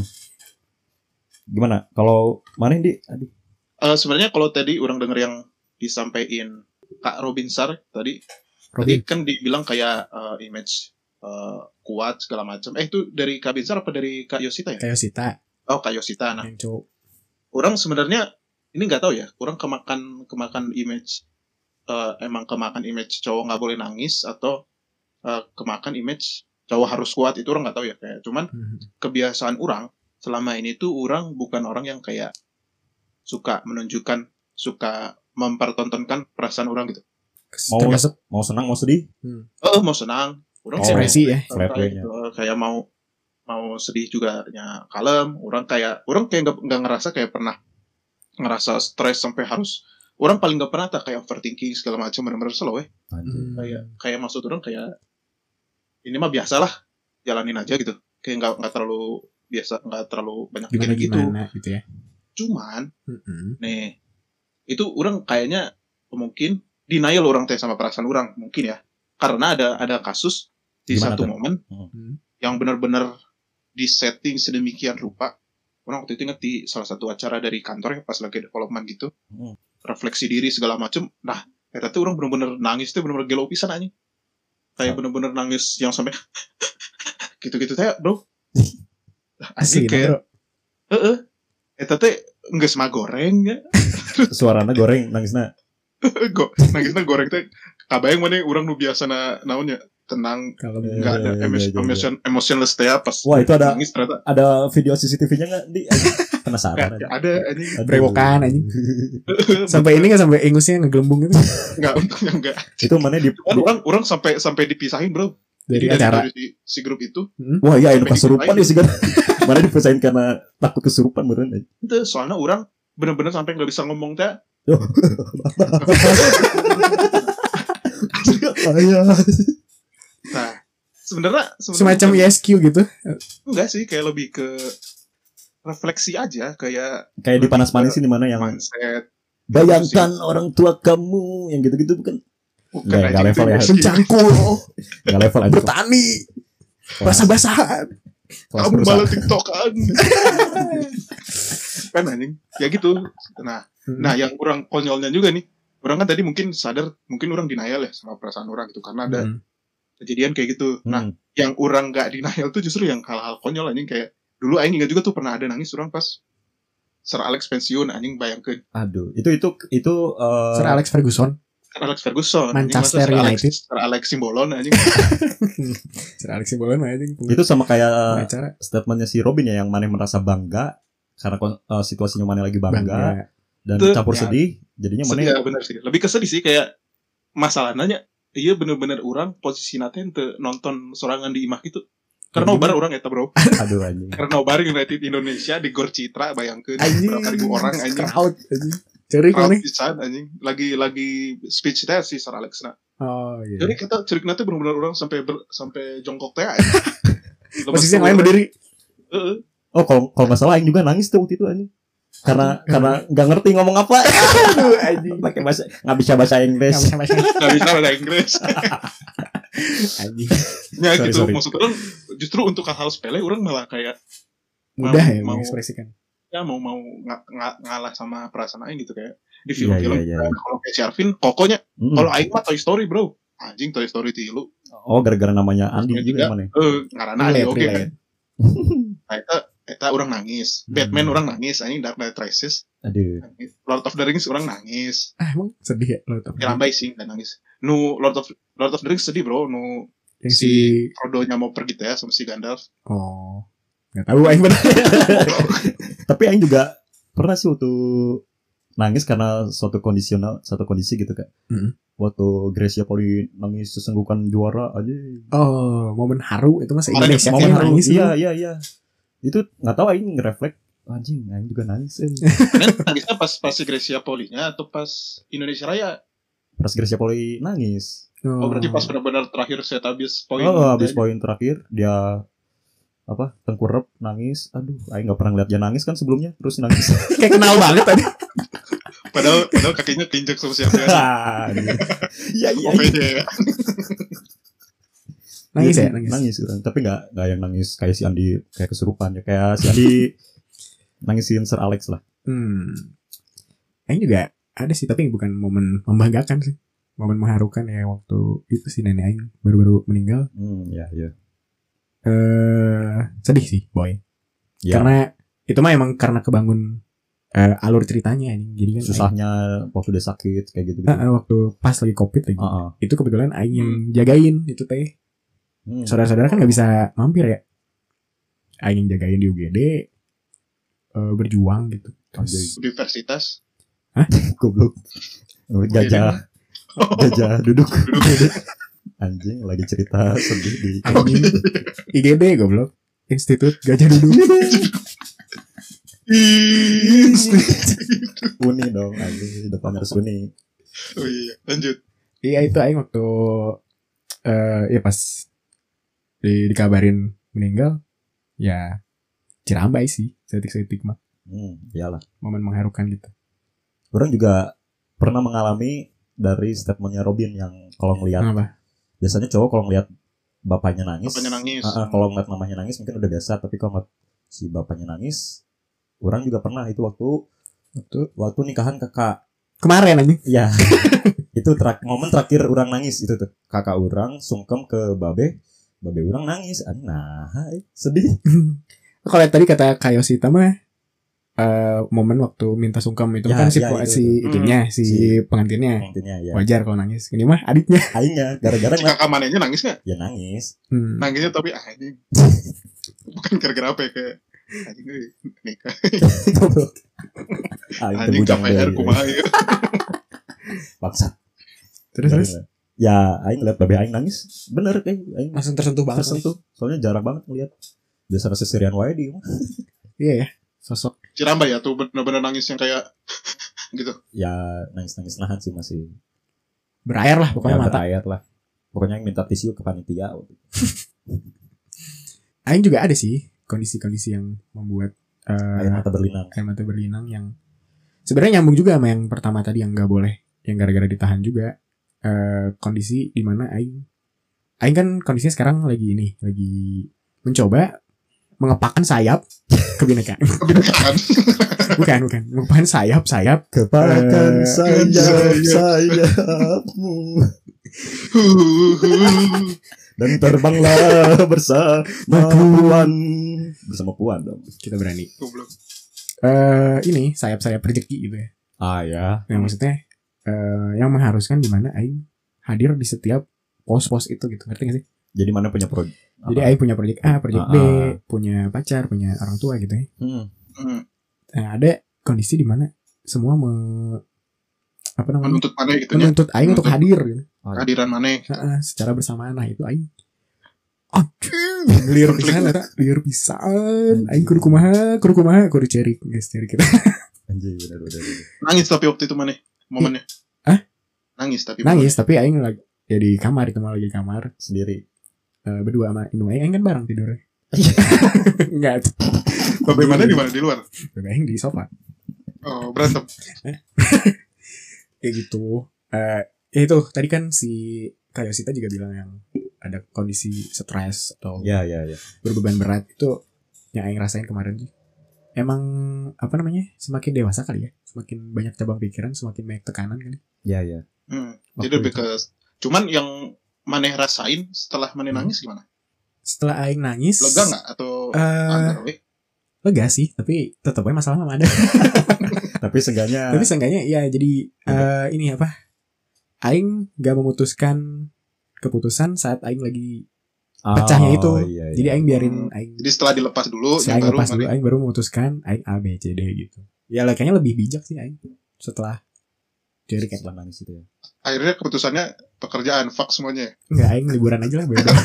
[SPEAKER 1] Gimana? Kalau mana di? Aduh.
[SPEAKER 8] Eh, sebenarnya kalau tadi orang denger yang disampaikan Kak Robinsar tadi, tadi
[SPEAKER 7] Robin,
[SPEAKER 8] kan dibilang kayak eh, image eh, kuat segala macam. Eh itu dari Kak Binsar apa dari Kak Yosita ya?
[SPEAKER 7] Kak Yosita
[SPEAKER 8] Oh Kak Yosita. Nah
[SPEAKER 7] yang cowok.
[SPEAKER 8] orang sebenarnya ini nggak tahu ya, orang kemakan kemakan image eh, emang kemakan image cowok nggak boleh nangis atau eh, kemakan image cowok harus kuat, itu orang nggak tahu ya. Kayak cuman
[SPEAKER 7] Mhm.
[SPEAKER 8] kebiasaan orang selama ini tuh orang bukan orang yang kayak suka menunjukkan, suka mempertontonkan perasaan orang gitu.
[SPEAKER 1] Mau
[SPEAKER 7] Termasuk
[SPEAKER 1] mau senang mau sedih?
[SPEAKER 8] Oh mau senang, orang
[SPEAKER 1] Oh,
[SPEAKER 7] ekspresi ya.
[SPEAKER 1] flat
[SPEAKER 8] kayak
[SPEAKER 1] way-nya.
[SPEAKER 8] gitu. Kayak mau mau sedih juga ya kalem. Orang kayak orang kayak nggak nggak ngerasa kayak pernah ngerasa stres sampai harus. Orang paling nggak pernah tak kayak overthinking segala macam, benar-benar slow ya.
[SPEAKER 7] Hmm.
[SPEAKER 8] Kayak kayak maksud orang kayak ini mah biasalah, jalanin aja gitu. Kayak nggak nggak terlalu biasa, nggak terlalu banyak
[SPEAKER 7] Gimana
[SPEAKER 8] pikiran gitu.
[SPEAKER 7] gimana gitu ya.
[SPEAKER 8] Cuman
[SPEAKER 7] Mm-mm.
[SPEAKER 8] nih itu orang kayaknya mungkin denial orang teh sama perasaan orang mungkin ya, karena ada ada kasus di
[SPEAKER 1] Gimana
[SPEAKER 8] satu
[SPEAKER 1] tuh?
[SPEAKER 8] momen
[SPEAKER 7] Hmm.
[SPEAKER 8] yang benar-benar disetting sedemikian rupa. Orang waktu itu inget di salah satu acara dari kantor ya pas lagi development gitu,
[SPEAKER 1] Hmm.
[SPEAKER 8] refleksi diri segala macem. Nah, eta tuh orang bener-bener nangis tuh bener-bener gelo pisan anjing. Kayak
[SPEAKER 1] Oh.
[SPEAKER 8] bener-bener nangis yang sampai gitu-gitu teh, bro.
[SPEAKER 7] Asli
[SPEAKER 8] Anjing kayak,
[SPEAKER 7] bro.
[SPEAKER 8] heeh. Eta teh geus mah goreng ya.
[SPEAKER 1] Suaranya goreng nangisna.
[SPEAKER 8] Go, nangisna goreng teh. Kabayang mana orang nu biasana naonnya tenang,
[SPEAKER 7] Kalau
[SPEAKER 1] Eh,
[SPEAKER 8] enggak ada
[SPEAKER 1] iya,
[SPEAKER 8] emotion,
[SPEAKER 1] iya, iya.
[SPEAKER 8] emotion, emotionless teh pas
[SPEAKER 1] Wah, itu ada
[SPEAKER 8] nangis ternyata.
[SPEAKER 1] ada video C C T V-nya nggak di? Penasaran.
[SPEAKER 8] Nggak ada anjing.
[SPEAKER 1] Aduh.
[SPEAKER 7] Brewokan anjing. Sampai ini nggak sampai ingusnya ngegelembung itu
[SPEAKER 8] Enggak, untungnya enggak.
[SPEAKER 1] Itu mana di,
[SPEAKER 8] Kan orang orang sampai sampai dipisahin, bro.
[SPEAKER 7] dari
[SPEAKER 8] Jadi
[SPEAKER 7] acara.
[SPEAKER 8] dari si, si grup itu.
[SPEAKER 1] wah iya itu
[SPEAKER 8] Sampai
[SPEAKER 1] kesurupan
[SPEAKER 8] dipisahin.
[SPEAKER 1] ya sih kan. Mana dipisahin karena takut kesurupan beneran.
[SPEAKER 8] Itu soalnya orang bener-bener sampai nggak bisa ngomong teh.
[SPEAKER 1] Oh. Iya.
[SPEAKER 8] Nah, sebenarnya sebenarnya
[SPEAKER 7] Semacam
[SPEAKER 8] bukan-
[SPEAKER 7] I S Q gitu.
[SPEAKER 8] enggak sih, kayak lebih ke refleksi aja, kayak
[SPEAKER 1] Kayak dipanas-panasin di mana yang
[SPEAKER 8] mindset.
[SPEAKER 1] bayangkan orang tua kamu yang gitu-gitu bukan?
[SPEAKER 8] Bukan
[SPEAKER 1] Nggak,
[SPEAKER 8] aja
[SPEAKER 1] nggak level ya.
[SPEAKER 8] itu.
[SPEAKER 7] Mencangkul,
[SPEAKER 1] Enggak level aja.
[SPEAKER 7] bertani,
[SPEAKER 1] Kelas-
[SPEAKER 7] basah-basahan.
[SPEAKER 1] kelas
[SPEAKER 8] Kamu
[SPEAKER 1] perusahaan.
[SPEAKER 8] malah tiktokan. Kan anjing, ya gitu. Nah,
[SPEAKER 7] Hmm.
[SPEAKER 8] nah yang kurang konyolnya juga nih. Orang kan tadi mungkin sadar, mungkin orang denial ya sama perasaan orang gitu karena ada
[SPEAKER 7] Hmm.
[SPEAKER 8] kejadian kayak gitu. Nah,
[SPEAKER 1] Hmm.
[SPEAKER 8] yang orang nggak denial tuh justru yang hal-hal konyol anjing, kayak dulu aing ingat juga tuh pernah ada nangis orang pas Sir Alex pensiun anjing, bayangkeun.
[SPEAKER 1] Aduh, itu itu itu eh,
[SPEAKER 7] Sir Alex Ferguson,
[SPEAKER 8] Sir Alex Ferguson, anjing,
[SPEAKER 7] Manchester
[SPEAKER 8] masa Sir Alex,
[SPEAKER 7] United.
[SPEAKER 8] Sir Alex Simbolon anjing.
[SPEAKER 7] Sir Alex Simbolon mah anjing.
[SPEAKER 1] itu sama kayak
[SPEAKER 7] Acara
[SPEAKER 1] statementnya si Robin ya yang mana merasa bangga karena kon- eh, situasinya mana lagi bangga,
[SPEAKER 7] bangga.
[SPEAKER 1] dan
[SPEAKER 8] Tuh,
[SPEAKER 1] campur
[SPEAKER 8] ya.
[SPEAKER 1] sedih jadinya mana
[SPEAKER 8] Sedih ya, bener sih. Lebih ke sedih sih, kayak masalahnya iya bener-bener orang posisi nanti ente nonton sorangan di imah gitu. Karena
[SPEAKER 1] Jadi-
[SPEAKER 8] nobar orang eta bro.
[SPEAKER 1] aduh anjing.
[SPEAKER 8] Karena nobar United Indonesia di Gor Citra, bayangkeun
[SPEAKER 7] Anjing.
[SPEAKER 8] berapa ribu orang anjing.
[SPEAKER 7] Crowd anjing. Cerik
[SPEAKER 8] Crowd
[SPEAKER 7] nih.
[SPEAKER 8] pisan anjing. Lagi lagi speech teh si Sir Alex na.
[SPEAKER 7] Oh iya.
[SPEAKER 8] Jadi kita cerik nanti bener-bener orang sampai ber, sampai jongkok teh anjing. Lepas
[SPEAKER 7] Posisi yang lain
[SPEAKER 8] keluar,
[SPEAKER 7] berdiri.
[SPEAKER 8] heeh.
[SPEAKER 1] Oh kalau kalau nggak salah Aing juga nangis tuh waktu itu anjing. Karena karena nggak ngerti ngomong apa.
[SPEAKER 7] Aduh anjing.
[SPEAKER 1] Pakai bahasa nggak bisa bahasa Inggris.
[SPEAKER 7] Nggak bisa-
[SPEAKER 8] Nggak bisa bahasa Inggris.
[SPEAKER 7] Anjing.
[SPEAKER 8] Ya
[SPEAKER 1] Sorry,
[SPEAKER 8] gitu,
[SPEAKER 1] sorry.
[SPEAKER 8] maksud orang justru untuk hal-hal sepele orang malah kayak
[SPEAKER 7] Mudah ya
[SPEAKER 8] mau-
[SPEAKER 7] mengekspresikan.
[SPEAKER 8] ya mau mau nga, nga- ngalah sama perasaan aing gitu, kayak di
[SPEAKER 1] Iya,
[SPEAKER 8] film-film.
[SPEAKER 1] iya, iya.
[SPEAKER 8] Nah, kalau kayak si Arvin kokonya,
[SPEAKER 1] Mm.
[SPEAKER 8] kalau aing mah Toy Story bro, anjing Toy Story tilu.
[SPEAKER 1] Oh gara-gara namanya Andi
[SPEAKER 8] Terus
[SPEAKER 1] juga
[SPEAKER 8] juga,
[SPEAKER 1] mana?
[SPEAKER 8] eh ngaranna Andi
[SPEAKER 7] Relate,
[SPEAKER 8] oke kan.
[SPEAKER 7] relate.
[SPEAKER 8] Nah, eta eta orang nangis,
[SPEAKER 1] Hmm.
[SPEAKER 8] Batman orang nangis, anjing Dark Knight Rises,
[SPEAKER 1] Aduh.
[SPEAKER 8] nangis. Lord of the Rings orang nangis.
[SPEAKER 7] Ah emang sedih ya lo tau.
[SPEAKER 8] Ya lambai sih nggak nangis. Nu Lord of Lord of the Rings sedih bro, nu
[SPEAKER 7] Yang
[SPEAKER 8] si
[SPEAKER 7] si
[SPEAKER 8] Frodo-nya mau pergi teh sama si Gandalf.
[SPEAKER 7] oh nggak tahu aing bener.
[SPEAKER 1] Tapi Aing juga pernah sih waktu nangis karena suatu kondisional, suatu kondisi gitu kan.
[SPEAKER 7] Mm.
[SPEAKER 1] Waktu Gracia Poli nangis sesenggukan juara aja.
[SPEAKER 7] Oh momen haru itu masa
[SPEAKER 8] Ada
[SPEAKER 7] Indonesia
[SPEAKER 1] Momen
[SPEAKER 7] kayak
[SPEAKER 1] haru.
[SPEAKER 7] nangis.
[SPEAKER 1] Iya iya iya. Itu nggak tahu Aing ngereflek anjing Aing juga nangis. Eh.
[SPEAKER 8] Dan nangisnya pas pas si Gracia Polinya atau pas Indonesia Raya?
[SPEAKER 1] Pas Gracia Poli nangis.
[SPEAKER 8] Oh berarti pas benar-benar terakhir set habis poin.
[SPEAKER 1] Oh, habis poin terakhir dia apa tengkurap nangis. Aduh, Aing nggak pernah ngeliat dia nangis kan sebelumnya, terus nangis.
[SPEAKER 7] kayak kenal banget tadi.
[SPEAKER 8] Padahal padahal kakinya keinjek sama siapa ya?
[SPEAKER 1] Iya iya.
[SPEAKER 8] O P D ya.
[SPEAKER 7] Nangis ya
[SPEAKER 1] Iya,
[SPEAKER 7] nangis.
[SPEAKER 1] Nangis orang. Tapi nggak nggak yang nangis kayak si Andi kayak kesurupan ya, kayak si Andi nangisin Sir Alex lah.
[SPEAKER 7] Hmm. Aing juga ada sih tapi bukan momen membanggakan sih. Momen mengharukan ya waktu itu si nenek Aing baru-baru meninggal.
[SPEAKER 1] Hmm, ya ya.
[SPEAKER 7] Eh sedih sih boy.
[SPEAKER 1] Ya,
[SPEAKER 7] Karena itu mah emang karena kebangun eh, alur ceritanya ini. Jadi kan
[SPEAKER 1] susahnya waktu dia sakit kayak gitu gitu.
[SPEAKER 7] Aing- Ah, ah, waktu pas lagi covid lagi. Itu kebetulan Aing yang jagain itu teh. Saudara-saudara kan nggak bisa mampir ya. Aing yang jagain di U G D eh, berjuang gitu. Terus
[SPEAKER 8] Universitas.
[SPEAKER 1] Goblok. Gajah gajah duduk. Anjing lagi cerita sedih di
[SPEAKER 7] anjing I G D goblok. Institut Gajah Duduk.
[SPEAKER 1] Uni dong anjing depan harus Uni.
[SPEAKER 8] Oh iya, lanjut.
[SPEAKER 7] Iya itu Aing waktu eh ya pas di, dikabarin meninggal ya Cirambai sih setik-setik mah
[SPEAKER 1] Hmm, iyalah.
[SPEAKER 7] momen mengharukan gitu.
[SPEAKER 1] Orang juga pernah mengalami dari statementnya Robin yang kalau ngelihat biasanya cowok kalau ngelihat bapaknya nangis,
[SPEAKER 8] bapaknya nangis.
[SPEAKER 1] Uh, uh, kalau ngeliat mamanya nangis mungkin udah biasa, tapi kalau ngeliat si bapaknya nangis, orang juga pernah itu waktu waktu waktu nikahan kakak
[SPEAKER 7] kemarin anjing.
[SPEAKER 1] Ya. Itu terak, momen terakhir orang nangis itu tuh. Kakak orang sungkem ke babe, babe orang nangis. Nah, sedih.
[SPEAKER 7] Kalau tadi kata Kayosita mah Uh, momen waktu minta sungkem itu ya, kan si, ya, itu, si itu. itunya hmm. si, si pengantinnya, pengantinnya ya. Wajar kalau nangis. Ini mah adiknya.
[SPEAKER 1] Adiknya gara-gara
[SPEAKER 8] si kakak manenya nangis nggak?
[SPEAKER 1] Ya nangis.
[SPEAKER 8] Hmm. Nangisnya tapi ah ini bukan gara-gara apa ya kayak anjing nikah. Anjing capek air kumaha ya.
[SPEAKER 1] Bangsat.
[SPEAKER 7] Terus terus.
[SPEAKER 1] Ya aing lihat babe aing nangis. Bener kayak aing
[SPEAKER 7] langsung tersentuh banget.
[SPEAKER 1] Tersentuh. Soalnya jarang banget ngeliat. Biasa rasa serian wae di.
[SPEAKER 7] Iya ya. Sosok
[SPEAKER 8] Ciramba ya tuh benar-benar nangis yang kayak gitu.
[SPEAKER 1] Ya nangis-nangis nahan sih masih
[SPEAKER 7] berair lah pokoknya,
[SPEAKER 1] ya,
[SPEAKER 7] mata
[SPEAKER 1] berair lah. Pokoknya yang minta tisu ke panitia.
[SPEAKER 7] Aing juga ada sih kondisi-kondisi yang membuat uh,
[SPEAKER 1] air mata berlinang.
[SPEAKER 7] Air mata berlinang yang sebenarnya nyambung juga sama yang pertama tadi yang nggak boleh, yang gara-gara ditahan juga. Uh, kondisi di mana Aing, Aing kan kondisinya sekarang lagi ini, lagi mencoba mengepakkan sayap kebinekaan. bukan, bukan. Mengepakkan sayap-sayap.
[SPEAKER 1] Kepakkan uh, sayap, sayapmu. Dan terbanglah bersama Puan. Bersama Puan dong.
[SPEAKER 7] Kita berani. Uh, ini sayap-sayap rezeki gitu ya.
[SPEAKER 1] Ah ya.
[SPEAKER 7] Yang maksudnya uh, yang mengharuskan di mana Aing hadir di setiap pos-pos itu gitu. Ngerti gak sih?
[SPEAKER 1] Jadi mana punya proyek?
[SPEAKER 7] Jadi Aing punya proyek A, proyek B, punya pacar, punya orang tua gitu ya. Hmm. Hmm. Nah, ada kondisi di mana semua me, apa namanya?
[SPEAKER 8] Menuntut mana gitu ya?
[SPEAKER 7] Menuntut Aing untuk hadir gitu.
[SPEAKER 8] Kehadiran mana?
[SPEAKER 7] Nah, secara bersamaan. Nah, itu Aing. Aduh, liar pisan eta, liar pisan. Aing kudu kumaha, kudu kumaha, kudu cerik, guys, cerik kita.
[SPEAKER 1] Anjir, benar-benar.
[SPEAKER 8] Nangis tapi waktu itu mana? Momennya.
[SPEAKER 7] Hah?
[SPEAKER 8] Nangis tapi.
[SPEAKER 7] Nangis tapi Aing lagi ya di kamar, itu malah lagi di kamar
[SPEAKER 1] sendiri.
[SPEAKER 7] Uh, berdua sama Inu Aing kan bareng tidurnya. Enggak.
[SPEAKER 8] Bagaimana di mana di luar?
[SPEAKER 7] Babe Aing di sofa.
[SPEAKER 8] Oh, berantem.
[SPEAKER 7] Kayak gitu. Eh uh, itu tadi kan si Kayosita juga bilang yang ada kondisi stres atau
[SPEAKER 1] ya ya ya
[SPEAKER 7] berbeban berat itu yang Aing rasain kemarin sih. Emang apa namanya? Semakin dewasa kali ya. Semakin banyak cabang pikiran, semakin banyak tekanan kali.
[SPEAKER 1] Ya ya.
[SPEAKER 8] Hmm. Jadi lebih ke cuman yang maneh rasain setelah maneh nangis gimana?
[SPEAKER 7] Setelah Aing nangis
[SPEAKER 8] lega nggak atau
[SPEAKER 7] uh, lega sih, tapi tetap aja masalah mah ada.
[SPEAKER 1] Tapi seenggaknya
[SPEAKER 7] tapi seenggaknya ya jadi uh, ini apa? Aing gak memutuskan keputusan saat Aing lagi pecahnya itu. Oh, iya, iya. Jadi Aing biarin Aing.
[SPEAKER 8] Jadi setelah dilepas dulu,
[SPEAKER 7] setelah Aing lepas dulu, Aing baru memutuskan Aing A B C D gitu. Ya lah kayaknya lebih bijak sih Aing setelah jadi kayak
[SPEAKER 1] setelah nangis itu ya.
[SPEAKER 8] Akhirnya keputusannya pekerjaan, fuck semuanya.
[SPEAKER 7] Enggak, Aing liburan aja lah beda.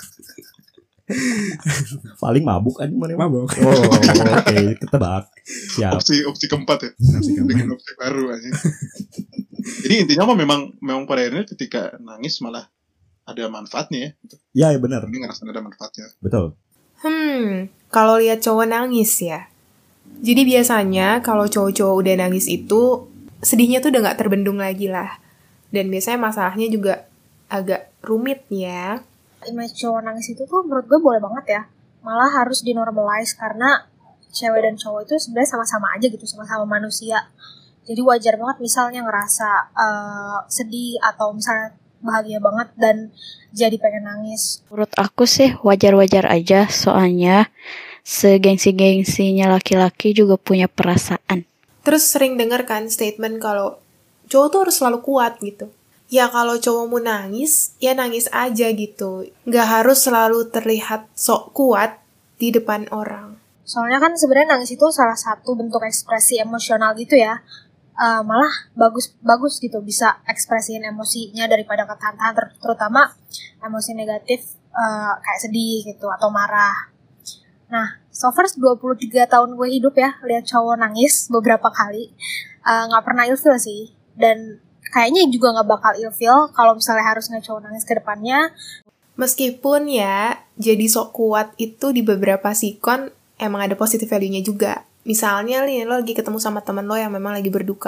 [SPEAKER 1] Paling mabuk aja mana
[SPEAKER 7] mabuk.
[SPEAKER 1] Oh, oke, okay. Ketebak. Siap.
[SPEAKER 8] Opsi opsi keempat ya.
[SPEAKER 7] Opsi keempat.
[SPEAKER 8] Dengan opsi baru aja. Jadi intinya mah memang memang pada akhirnya ketika nangis malah ada manfaatnya ya.
[SPEAKER 1] Iya, ya, benar.
[SPEAKER 8] Ini ngerasain ada manfaatnya.
[SPEAKER 1] Betul.
[SPEAKER 10] Hmm, kalau lihat cowok nangis ya. Jadi biasanya kalau cowok-cowok udah nangis itu sedihnya tuh udah nggak terbendung lagi lah. Dan biasanya masalahnya juga agak rumit ya.
[SPEAKER 11] Image cowok nangis itu tuh menurut gue boleh banget ya. Malah harus dinormalize karena cewek dan cowok itu sebenarnya sama-sama aja gitu, sama-sama manusia. Jadi wajar banget misalnya ngerasa uh, sedih atau misalnya bahagia banget dan jadi pengen nangis.
[SPEAKER 12] Menurut aku sih wajar-wajar aja, soalnya segengsi-gengsinya laki-laki juga punya perasaan.
[SPEAKER 10] Terus sering denger kan statement kalau cowok tuh harus selalu kuat gitu. Ya kalau cowok mau nangis, ya nangis aja gitu. Nggak harus selalu terlihat sok kuat di depan orang.
[SPEAKER 11] Soalnya kan sebenarnya nangis itu salah satu bentuk ekspresi emosional gitu ya. Uh, malah bagus bagus gitu bisa ekspresiin emosinya daripada ketahan-tahan, ter- terutama emosi negatif uh, kayak sedih gitu atau marah. Nah, so far dua puluh tiga tahun gue hidup ya, lihat cowok nangis beberapa kali, uh, gak pernah ilfeel sih. Dan kayaknya juga gak bakal ilfeel kalau misalnya harus ngeliat cowok nangis ke depannya.
[SPEAKER 10] Meskipun ya, jadi sok kuat itu di beberapa sikon emang ada positive value-nya juga. Misalnya nih, lo lagi ketemu sama temen lo yang memang lagi berduka.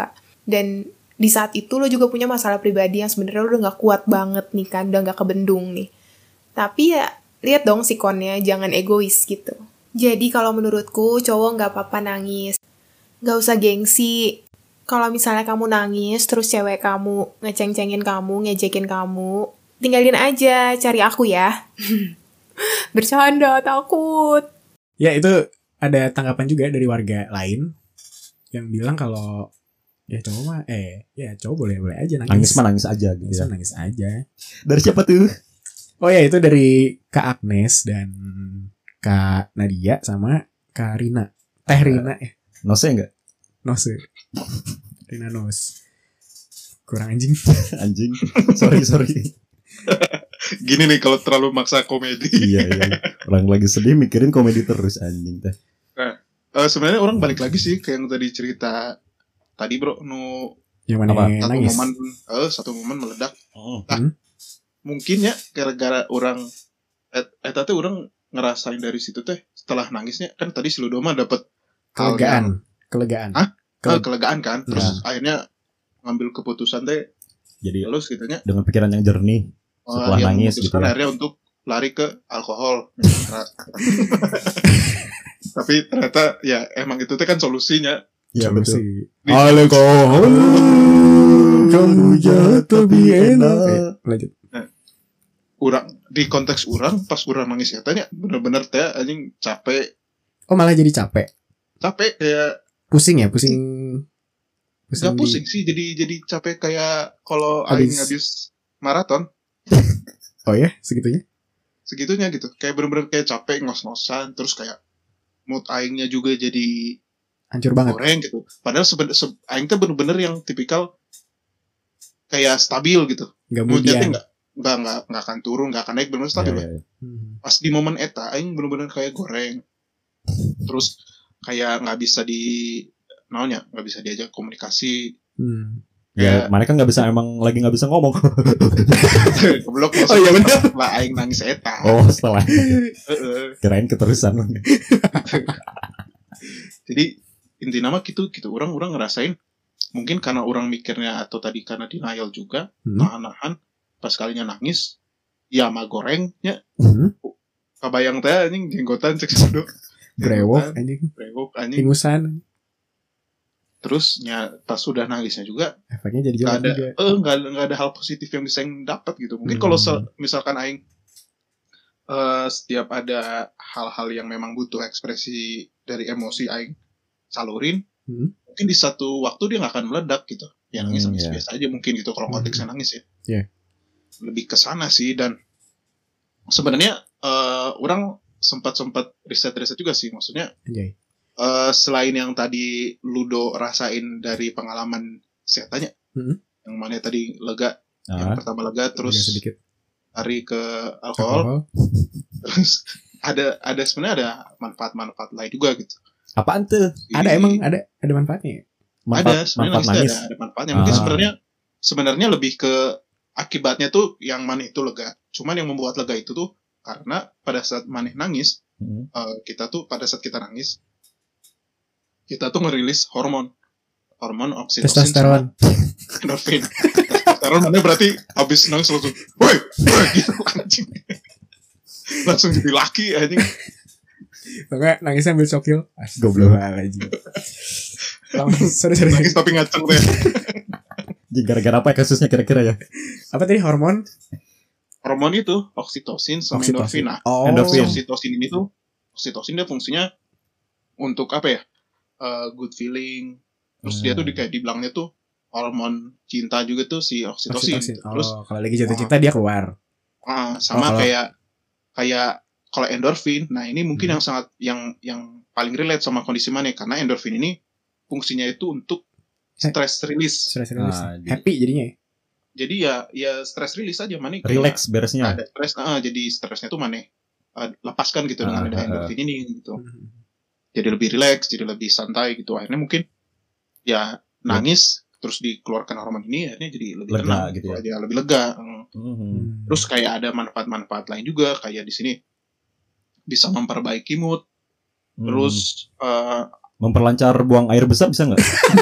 [SPEAKER 10] Dan di saat itu lo juga punya masalah pribadi yang sebenarnya lo udah gak kuat banget nih kan, udah gak kebendung nih. Tapi ya lihat dong sikonnya, jangan egois gitu. Jadi kalau menurutku cowok gak apa-apa nangis, gak usah gengsi. Kalau misalnya kamu nangis terus cewek kamu ngeceng-cengin kamu, ngejekin kamu, tinggalin aja, cari aku ya. Bercanda, takut.
[SPEAKER 7] Ya itu ada tanggapan juga dari warga lain yang bilang kalau ya cowok mah eh ya cowok boleh boleh aja nangis.
[SPEAKER 1] Nangis mah nangis aja gitu
[SPEAKER 7] nangis
[SPEAKER 1] ya.
[SPEAKER 7] Nangis aja.
[SPEAKER 1] Dari siapa tuh?
[SPEAKER 7] Oh ya itu dari Kak Agnes dan Kak Nadia sama Kak Rina. Teh Rina ya.
[SPEAKER 1] Nose enggak?
[SPEAKER 7] Nose. Rina Nos. Kurang anjing.
[SPEAKER 1] Anjing. Sorry sorry.
[SPEAKER 8] Gini nih kalau terlalu maksa komedi.
[SPEAKER 1] Iya iya. Orang lagi sedih mikirin komedi terus anjing teh.
[SPEAKER 8] Nah, uh, sebenarnya orang balik lagi sih ke yang tadi cerita tadi bro, no
[SPEAKER 7] yang mana
[SPEAKER 8] apa, satu
[SPEAKER 7] nangis.
[SPEAKER 8] momen, uh, satu momen meledak.
[SPEAKER 1] Oh.
[SPEAKER 8] Nah,
[SPEAKER 7] Hmm?
[SPEAKER 8] mungkin ya gara-gara orang, eh, eh tadi orang ngerasain dari situ teh setelah nangisnya kan tadi si Ludo mah dapat
[SPEAKER 7] Kelegaan. Kelegaan.
[SPEAKER 8] Hah?
[SPEAKER 7] Kele-
[SPEAKER 8] Eh, kelegaan kan, terus
[SPEAKER 1] Ya.
[SPEAKER 8] akhirnya ngambil keputusan teh
[SPEAKER 1] Jadi
[SPEAKER 8] lulus gitunya.
[SPEAKER 1] dengan pikiran yang jernih setelah
[SPEAKER 8] Uh, yang
[SPEAKER 1] nangis gitu
[SPEAKER 8] memutuskan
[SPEAKER 1] ya.
[SPEAKER 8] akhirnya untuk lari ke alkohol. Tapi ternyata ya emang itu teh kan solusinya.
[SPEAKER 1] Iya betul.
[SPEAKER 7] Solusi.
[SPEAKER 8] Di-
[SPEAKER 7] Alkohol kamu jatuh tapi enak. Eh, lanjut.
[SPEAKER 8] Urang di konteks urang pas urang nangis ya tanya bener-bener teh anjing capek
[SPEAKER 7] Oh malah jadi capek.
[SPEAKER 8] capek kayak
[SPEAKER 7] Pusing ya, pusing.
[SPEAKER 8] nggak
[SPEAKER 7] di-
[SPEAKER 8] pusing sih jadi jadi capek kayak kalau
[SPEAKER 7] Habis-
[SPEAKER 8] aing habis maraton
[SPEAKER 7] Oh ya, segitunya.
[SPEAKER 8] segitunya gitu kayak bener-bener kayak capek ngos-ngosan terus kayak mood aingnya juga jadi
[SPEAKER 7] Hancur banget.
[SPEAKER 8] goreng gitu padahal sebenarnya se aing tuh bener-bener yang tipikal kayak stabil gitu
[SPEAKER 7] Gak
[SPEAKER 8] moodnya tuh
[SPEAKER 7] mudian.
[SPEAKER 8] nggak nggak nggak nggak akan turun nggak akan naik bener-bener stabil
[SPEAKER 1] Iya,
[SPEAKER 8] lah.
[SPEAKER 1] iya.
[SPEAKER 7] Hmm.
[SPEAKER 8] Pas di momen eta aing bener-bener kayak goreng terus kayak nggak bisa di naonnya nggak bisa diajak komunikasi
[SPEAKER 7] Hmm.
[SPEAKER 1] Ya, mereka nggak bisa emang lagi nggak bisa ngomong.
[SPEAKER 8] Goblok
[SPEAKER 7] Oh iya bener.
[SPEAKER 8] lah aing nangis eta
[SPEAKER 1] Oh setelah
[SPEAKER 8] Heeh.
[SPEAKER 1] kirain keterusan.
[SPEAKER 8] Jadi inti nama gitu gitu orang-orang ngerasain mungkin karena orang mikirnya atau tadi karena denial juga
[SPEAKER 7] Hmm.
[SPEAKER 8] nahan-nahan pas kalinya nangis ya mah gorengnya
[SPEAKER 7] Hmm.
[SPEAKER 8] kabayang teh anjing jenggotan cek sudo
[SPEAKER 7] Brewok anjing.
[SPEAKER 8] brewok anjing
[SPEAKER 7] Ingusan.
[SPEAKER 8] terus ya pas sudah nangisnya juga
[SPEAKER 7] Efeknya jadi
[SPEAKER 8] nggak
[SPEAKER 7] jelek
[SPEAKER 8] ada
[SPEAKER 7] juga.
[SPEAKER 8] eh nggak ada- nggak ada hal positif yang bisa yang dapat gitu mungkin
[SPEAKER 7] Hmm.
[SPEAKER 8] kalau se- misalkan aing eh, setiap ada hal-hal yang memang butuh ekspresi dari emosi aing salurin
[SPEAKER 7] Hmm.
[SPEAKER 8] mungkin di satu waktu dia nggak akan meledak gitu ya nangis
[SPEAKER 1] Hmm,
[SPEAKER 8] nangis
[SPEAKER 1] iya.
[SPEAKER 8] biasa aja mungkin gitu kalau konteksnya nangis ya
[SPEAKER 7] Iya.
[SPEAKER 8] lebih ke sana sih dan sebenarnya eh, orang sempat sempat riset riset juga sih maksudnya
[SPEAKER 7] Anjay.
[SPEAKER 8] eh, selain yang tadi Ludo rasain dari pengalaman setannya
[SPEAKER 7] Hmm.
[SPEAKER 8] yang mana tadi lega yang
[SPEAKER 1] Ah,
[SPEAKER 8] pertama lega
[SPEAKER 7] Terus
[SPEAKER 8] terus
[SPEAKER 7] sedikit
[SPEAKER 8] lari ke alkohol
[SPEAKER 7] alkohol.
[SPEAKER 8] terus ada ada sebenarnya ada manfaat-manfaat lain juga gitu
[SPEAKER 1] apaan tuh?
[SPEAKER 7] Ada
[SPEAKER 8] Jadi,
[SPEAKER 7] emang ada ada manfaatnya.
[SPEAKER 8] ada
[SPEAKER 1] Manfaat,
[SPEAKER 8] sebenarnya
[SPEAKER 1] manfaat
[SPEAKER 8] nangis tuh
[SPEAKER 1] nangis.
[SPEAKER 8] ada, ada manfaatnya mungkin
[SPEAKER 1] Ah.
[SPEAKER 8] sebenarnya sebenarnya lebih ke akibatnya tuh yang maneh itu lega cuman yang membuat lega itu tuh karena pada saat maneh nangis
[SPEAKER 1] Hmm.
[SPEAKER 8] eh, kita tuh pada saat kita nangis kita tuh ngerilis hormon hormon oksitosin
[SPEAKER 7] Testosteron.
[SPEAKER 8] sama endorfin testosteron mana berarti habis nangis langsung woi woi gitu anjing langsung jadi laki anjing
[SPEAKER 7] Enggak nangisnya ambil cokil.
[SPEAKER 1] Goblok.
[SPEAKER 7] Astagfirullahaladzim. Langsung sorry sorry.
[SPEAKER 8] nangis tapi ngaceng deh
[SPEAKER 1] Jadi gara-gara apa ya kasusnya kira-kira ya?
[SPEAKER 7] Apa tadi hormon?
[SPEAKER 8] hormon itu oksitosin sama
[SPEAKER 7] Oksitosin.
[SPEAKER 8] endorfin nah
[SPEAKER 7] Oh.
[SPEAKER 1] Endorfin.
[SPEAKER 8] oksitosin ini tuh oksitosin dia fungsinya untuk apa ya Eh, good feeling terus dia tuh di, kayak dibilangnya tuh hormon cinta juga tuh si oksitosin,
[SPEAKER 7] Oksitosin.
[SPEAKER 8] terus
[SPEAKER 7] Oh, kalau lagi jatuh cinta dia keluar.
[SPEAKER 8] ah, sama
[SPEAKER 7] Oh, kalau-
[SPEAKER 8] kayak kayak kalau endorfin nah ini mungkin
[SPEAKER 7] Hmm.
[SPEAKER 8] yang sangat yang yang paling relate sama kondisi mana karena endorfin ini fungsinya itu untuk
[SPEAKER 7] Eh.
[SPEAKER 8] stress release
[SPEAKER 7] Stress release.
[SPEAKER 1] Ah, jadi-
[SPEAKER 7] Happy jadinya ya.
[SPEAKER 8] jadi ya ya stress release aja mana kayak
[SPEAKER 1] Relax beresnya.
[SPEAKER 8] ada stress ah, jadi stresnya tuh mana eh, lepaskan gitu dengan
[SPEAKER 1] Ah,
[SPEAKER 8] ada
[SPEAKER 1] ah, ah.
[SPEAKER 8] endorfin ini gitu
[SPEAKER 7] Hmm.
[SPEAKER 8] jadi lebih relax, jadi lebih santai gitu. Akhirnya mungkin ya nangis terus dikeluarkan hormon ini akhirnya jadi lebih
[SPEAKER 1] Lega
[SPEAKER 8] tenang
[SPEAKER 1] gitu ya.
[SPEAKER 8] aja, lebih lega. Hmm.
[SPEAKER 1] Hmm.
[SPEAKER 8] Terus kayak ada manfaat-manfaat lain juga kayak di sini bisa memperbaiki mood,
[SPEAKER 1] Hmm.
[SPEAKER 8] terus eh,
[SPEAKER 1] memperlancar buang air besar bisa nggak?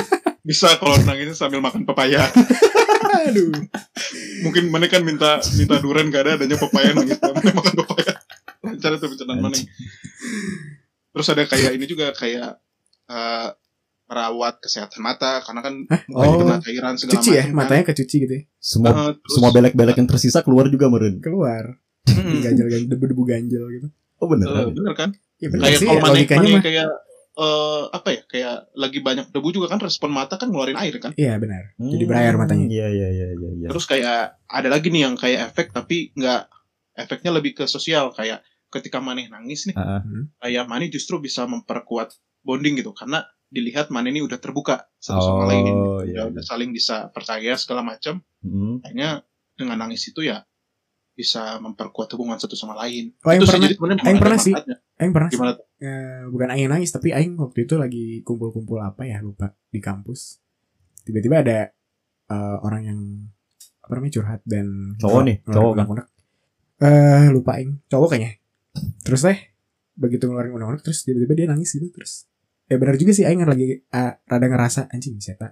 [SPEAKER 8] Bisa kalau nangisnya sambil makan pepaya.
[SPEAKER 7] Aduh.
[SPEAKER 8] Mungkin mana kan minta minta durian gak ada, adanya pepaya, nangis mana makan pepaya. Lancar itu bercandaan mana. Terus ada kayak ini juga kayak uh, merawat kesehatan mata karena kan mukanya
[SPEAKER 7] oh,
[SPEAKER 8] kena cairan segala
[SPEAKER 7] cuci
[SPEAKER 8] macam.
[SPEAKER 7] Ya, matanya kecuci gitu ya.
[SPEAKER 1] Semua
[SPEAKER 8] Uh, terus-
[SPEAKER 1] semua belek-belek yang tersisa keluar juga meren.
[SPEAKER 7] Keluar.
[SPEAKER 8] Hmm.
[SPEAKER 7] Ganjel-ganjel, debu-debu ganjel gitu.
[SPEAKER 1] Oh bener.
[SPEAKER 8] Uh, bener kan?
[SPEAKER 7] Ya, bener
[SPEAKER 8] Kayak
[SPEAKER 7] sih,
[SPEAKER 8] kalau mana
[SPEAKER 7] logikanya
[SPEAKER 8] mana
[SPEAKER 7] mah.
[SPEAKER 8] kayak eh apa ya? Kayak lagi banyak debu juga kan respon mata kan ngeluarin air kan.
[SPEAKER 7] Iya benar. Jadi berair matanya.
[SPEAKER 1] Iya iya iya iya. Ya.
[SPEAKER 8] Terus kayak ada lagi nih yang kayak efek tapi nggak, efeknya lebih ke sosial, kayak ketika maneh nangis nih,
[SPEAKER 1] Ah, ah.
[SPEAKER 8] kayak maneh justru bisa memperkuat bonding gitu karena dilihat maneh ini udah terbuka satu
[SPEAKER 1] Oh,
[SPEAKER 8] sama lain,
[SPEAKER 1] iya,
[SPEAKER 8] udah,
[SPEAKER 1] iya.
[SPEAKER 8] udah saling bisa percaya segala macam.
[SPEAKER 1] Hmm.
[SPEAKER 8] Kayaknya dengan nangis itu ya bisa memperkuat hubungan satu sama lain.
[SPEAKER 7] Oh, yang
[SPEAKER 8] Itu sih,
[SPEAKER 7] pernah,
[SPEAKER 8] jadi sebenarnya
[SPEAKER 7] yang
[SPEAKER 8] memang
[SPEAKER 7] pernah
[SPEAKER 8] ada
[SPEAKER 7] sih,
[SPEAKER 8] manfaatnya.
[SPEAKER 7] yang pernah sih.
[SPEAKER 8] Gimana?
[SPEAKER 7] Eh, bukan Aing nangis, tapi Aing waktu itu lagi kumpul-kumpul apa ya lupa di kampus. Tiba-tiba ada eh, orang yang apa namanya curhat dan
[SPEAKER 1] Cowok nih, cowok kan?
[SPEAKER 7] unek-unek. Eh lupa Aing, cowok kayaknya. Terus teh begitu ngeluarin unek-unek terus tiba-tiba dia nangis gitu terus. Ya benar juga sih Aing lagi uh, rada ngerasa anjing Seta.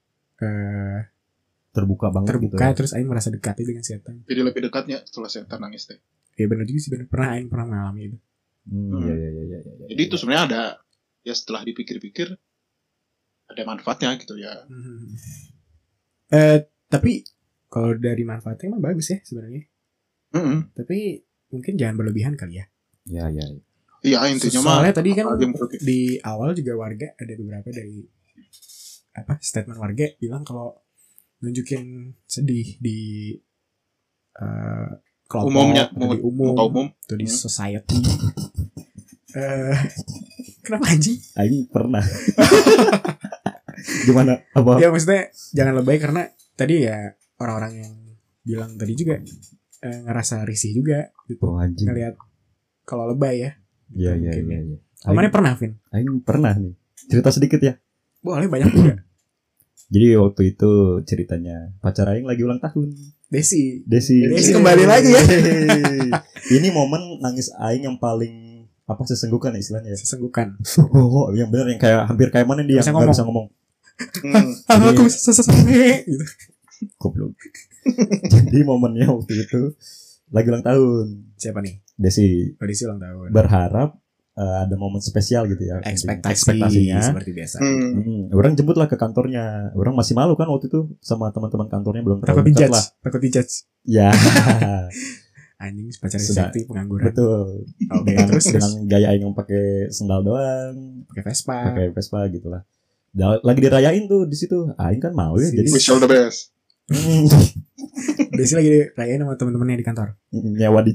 [SPEAKER 7] Eh
[SPEAKER 1] Terbuka banget
[SPEAKER 7] terbuka
[SPEAKER 1] gitu. Ya.
[SPEAKER 7] terus Aing merasa dekat itu dengan setan.
[SPEAKER 8] Jadi lebih dekatnya setelah setan nangis teh.
[SPEAKER 7] Ya benar juga sih benar pernah Aing pernah mengalami itu.
[SPEAKER 1] Hmm,
[SPEAKER 8] Hmm.
[SPEAKER 1] iya iya iya iya. iya.
[SPEAKER 8] Jadi itu sebenarnya ada, ya setelah dipikir-pikir ada manfaatnya gitu ya.
[SPEAKER 7] Hmm. Eh tapi kalau dari manfaatnya emang bagus ya sebenarnya.
[SPEAKER 8] Mm-mm.
[SPEAKER 7] Tapi mungkin jangan berlebihan kali ya.
[SPEAKER 1] Iya iya. iya.
[SPEAKER 8] Iya intinya mah.
[SPEAKER 7] Soalnya tadi kan
[SPEAKER 8] apalagi yang berlebihan.
[SPEAKER 7] di awal juga warga ada beberapa dari apa statement warga bilang kalau nunjukin sedih di eh, kelompok
[SPEAKER 8] Umumnya,
[SPEAKER 7] atau di
[SPEAKER 8] umum,
[SPEAKER 7] umum,
[SPEAKER 8] muka umum.
[SPEAKER 7] atau di
[SPEAKER 8] Hmm.
[SPEAKER 7] society. Eh kenapa anjing?
[SPEAKER 1] Aing pernah. Gimana? Apa?
[SPEAKER 7] Ya maksudnya jangan lebay karena tadi ya orang-orang yang bilang tadi juga eh, ngerasa risih juga gitu.
[SPEAKER 1] Oh, anjing.
[SPEAKER 7] Ngelihat kalau lebay ya.
[SPEAKER 1] Iya iya
[SPEAKER 7] Mungkin
[SPEAKER 1] iya.
[SPEAKER 7] ya.
[SPEAKER 1] iya.
[SPEAKER 7] Mana pernah, Vin?
[SPEAKER 1] Aing pernah nih. Cerita sedikit ya.
[SPEAKER 7] Boleh banyak juga.
[SPEAKER 1] Jadi waktu itu ceritanya pacar Aing lagi ulang tahun.
[SPEAKER 7] Desi.
[SPEAKER 1] Desi.
[SPEAKER 7] Desi kembali lagi ya.
[SPEAKER 1] Ini momen nangis Aing yang paling apa sesenggukan istilahnya ya.
[SPEAKER 7] Sesenggukan.
[SPEAKER 1] Oh, yang benar yang kayak hampir kayak mana dia
[SPEAKER 7] Bisa
[SPEAKER 1] yang nggak
[SPEAKER 7] ngomong.
[SPEAKER 1] bisa ngomong.
[SPEAKER 8] Hmm.
[SPEAKER 7] Ah, aku sesesame gitu.
[SPEAKER 1] Goblok. Jadi momennya waktu itu lagi ulang tahun.
[SPEAKER 7] Siapa nih?
[SPEAKER 1] Desi
[SPEAKER 7] Oh, Desi ulang tahun.
[SPEAKER 1] berharap eh, ada momen spesial gitu ya.
[SPEAKER 7] Ekspektasi
[SPEAKER 1] Ekspektasinya.
[SPEAKER 7] seperti biasa.
[SPEAKER 8] Hmm.
[SPEAKER 1] Hmm, orang jemput lah ke kantornya. Orang masih malu kan waktu itu sama teman-teman kantornya belum
[SPEAKER 7] Takut
[SPEAKER 1] terlalu dekat
[SPEAKER 7] dijudge,
[SPEAKER 1] lah.
[SPEAKER 7] takut dijudge.
[SPEAKER 1] Ya,
[SPEAKER 7] Anjing pacarnya
[SPEAKER 1] Sudah.
[SPEAKER 7] sakti pengangguran.
[SPEAKER 1] betul.
[SPEAKER 7] Oke,
[SPEAKER 1] Dengan,
[SPEAKER 7] terus terus
[SPEAKER 1] dengan gaya Aing yang pakai sendal doang,
[SPEAKER 7] pakai Vespa.
[SPEAKER 1] pakai Vespa gitu lah. Da- Lagi dirayain tuh di situ. Aing kan mau ya,
[SPEAKER 7] Si-
[SPEAKER 1] jadi
[SPEAKER 8] Wish you all the best.
[SPEAKER 1] hmm,
[SPEAKER 7] Desi lagi dirayain sama teman-temannya di kantor.
[SPEAKER 1] nyewa D J.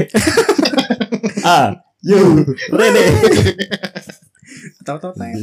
[SPEAKER 1] Ah, you ready?
[SPEAKER 7] Tahu-tahu teh.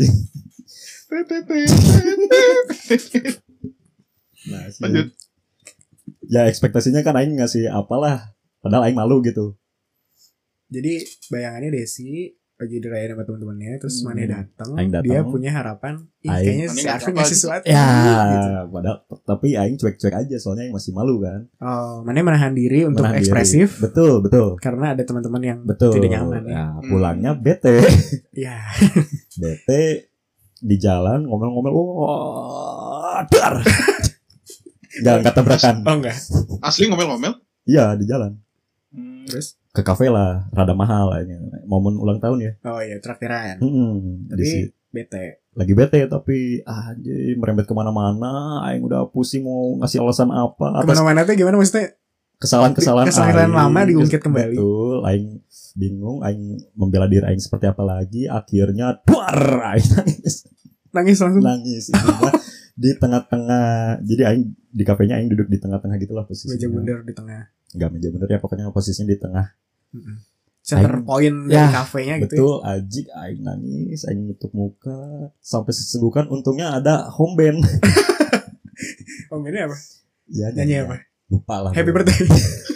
[SPEAKER 1] Nah, sih.
[SPEAKER 8] Lanjut.
[SPEAKER 1] Ya ekspektasinya kan Aing ngasih apalah, padahal Aing malu gitu.
[SPEAKER 7] Jadi bayangannya Desi lagi dirayain sama teman-temannya terus
[SPEAKER 1] Hmm.
[SPEAKER 7] Mane datang,
[SPEAKER 1] Aing datang.
[SPEAKER 7] dia punya harapan, ih
[SPEAKER 1] Aing-
[SPEAKER 7] kayaknya
[SPEAKER 8] Mane
[SPEAKER 7] si
[SPEAKER 8] nggak
[SPEAKER 7] Arvin
[SPEAKER 8] apa-apa
[SPEAKER 7] ngasih
[SPEAKER 8] gitu.
[SPEAKER 7] sesuatu.
[SPEAKER 1] Ya,
[SPEAKER 7] gitu.
[SPEAKER 1] padahal tapi Aing cuek-cuek aja soalnya Aing masih malu kan.
[SPEAKER 7] Oh, Mane menahan diri untuk
[SPEAKER 1] Menahan diri.
[SPEAKER 7] ekspresif
[SPEAKER 1] Betul, betul.
[SPEAKER 7] karena ada teman-teman yang
[SPEAKER 1] Betul.
[SPEAKER 7] tidak nyaman ya.
[SPEAKER 1] Nah, pulangnya bete.
[SPEAKER 7] Ya.
[SPEAKER 1] Bete di jalan ngomel-ngomel, wah, dar. Enggak, enggak tabrakan.
[SPEAKER 7] Oh enggak.
[SPEAKER 8] Asli ngomel-ngomel.
[SPEAKER 1] Iya, di jalan.
[SPEAKER 8] Hmm.
[SPEAKER 7] Terus
[SPEAKER 1] Ke kafe lah, rada mahal kayaknya. Momen ulang tahun ya.
[SPEAKER 7] oh iya traktiran.
[SPEAKER 1] Hmm, di
[SPEAKER 7] Tapi
[SPEAKER 1] situ.
[SPEAKER 7] bete.
[SPEAKER 1] Lagi bete tapi ah, anjing merembet kemana-mana. Aing udah pusing mau ngasih alasan apa atas
[SPEAKER 7] Kemana-mana tuh gimana maksudnya?
[SPEAKER 1] kesalahan-kesalahan
[SPEAKER 7] Kesalahan
[SPEAKER 1] Aing.
[SPEAKER 7] lama diungkit kembali.
[SPEAKER 1] Betul, Aing bingung, Aing membela diri Aing seperti apa lagi. Akhirnya, duar, Aing nangis.
[SPEAKER 7] Nangis langsung.
[SPEAKER 1] Nangis. Intinya di tengah-tengah. Jadi Aing di kafenya Aing duduk di tengah-tengah gitulah posisinya.
[SPEAKER 7] Meja bundar di tengah.
[SPEAKER 1] Enggak meja bundar ya, pokoknya posisinya di tengah.
[SPEAKER 7] Mm-mm. Center
[SPEAKER 1] Aing-
[SPEAKER 7] point
[SPEAKER 1] Ya,
[SPEAKER 7] dari kafenya gitu.
[SPEAKER 1] Betul, ajik Aing nangis, Aing nutup muka sampai sesenggukan. Untungnya ada home band.
[SPEAKER 7] Oh ini apa?
[SPEAKER 1] Ya,
[SPEAKER 7] Nyanyi apa?
[SPEAKER 1] Lupa lah.
[SPEAKER 7] Happy birthday.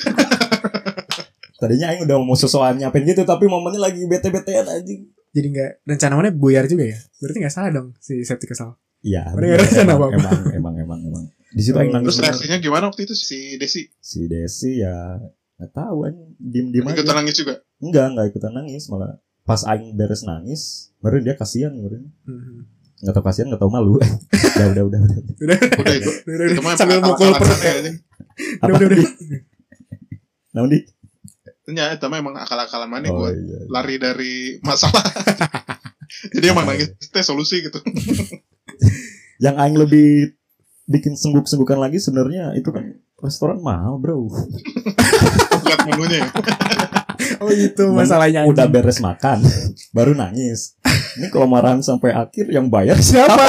[SPEAKER 1] Tadinya Aing udah mau sosokan nyapin gitu, tapi momennya lagi bete-betean anjing.
[SPEAKER 7] Jadi nggak rencana mana buyar juga ya? Berarti nggak salah dong si Septi kesal.
[SPEAKER 1] Iya,
[SPEAKER 7] Mereka
[SPEAKER 1] bener,
[SPEAKER 7] ngerasa
[SPEAKER 1] emang,
[SPEAKER 7] apa-apa.
[SPEAKER 1] emang, emang, emang, emang. Di situ Aing nangis.
[SPEAKER 8] Terus reaksinya gimana waktu itu si Desi?
[SPEAKER 1] Si Desi ya nggak tahu kan, diem-diem aja.
[SPEAKER 8] Ikutan nangis juga.
[SPEAKER 1] Enggak, enggak ikutan nangis, malah pas Aing beres nangis, baru dia kasihan baru.
[SPEAKER 7] Mhm.
[SPEAKER 1] nggak tahu kasihan nggak tahu malu. udah udah udah udah
[SPEAKER 7] Udah,
[SPEAKER 8] Udah itu.
[SPEAKER 7] udah,
[SPEAKER 8] Itu mah
[SPEAKER 7] udah. Sambil
[SPEAKER 8] akal-akalan
[SPEAKER 7] mukul perut
[SPEAKER 8] mana
[SPEAKER 7] ya.
[SPEAKER 8] ya.
[SPEAKER 1] apa
[SPEAKER 7] Udah, udah,
[SPEAKER 1] di namun di
[SPEAKER 8] Ternyata itu mah emang akal-akalan mana
[SPEAKER 1] oh
[SPEAKER 8] buat
[SPEAKER 1] iya
[SPEAKER 8] lari dari masalah. Jadi emang nangis teh solusi gitu.
[SPEAKER 1] yang aing lebih bikin sengguk-senggukan lagi sebenarnya itu kan restoran mahal bro.
[SPEAKER 8] Lihat menunya ya.
[SPEAKER 7] Oh itu masalahnya.
[SPEAKER 1] Udah
[SPEAKER 7] anjing.
[SPEAKER 1] beres makan baru nangis. Ini kalau marahan sampai akhir yang bayar
[SPEAKER 7] Siapa?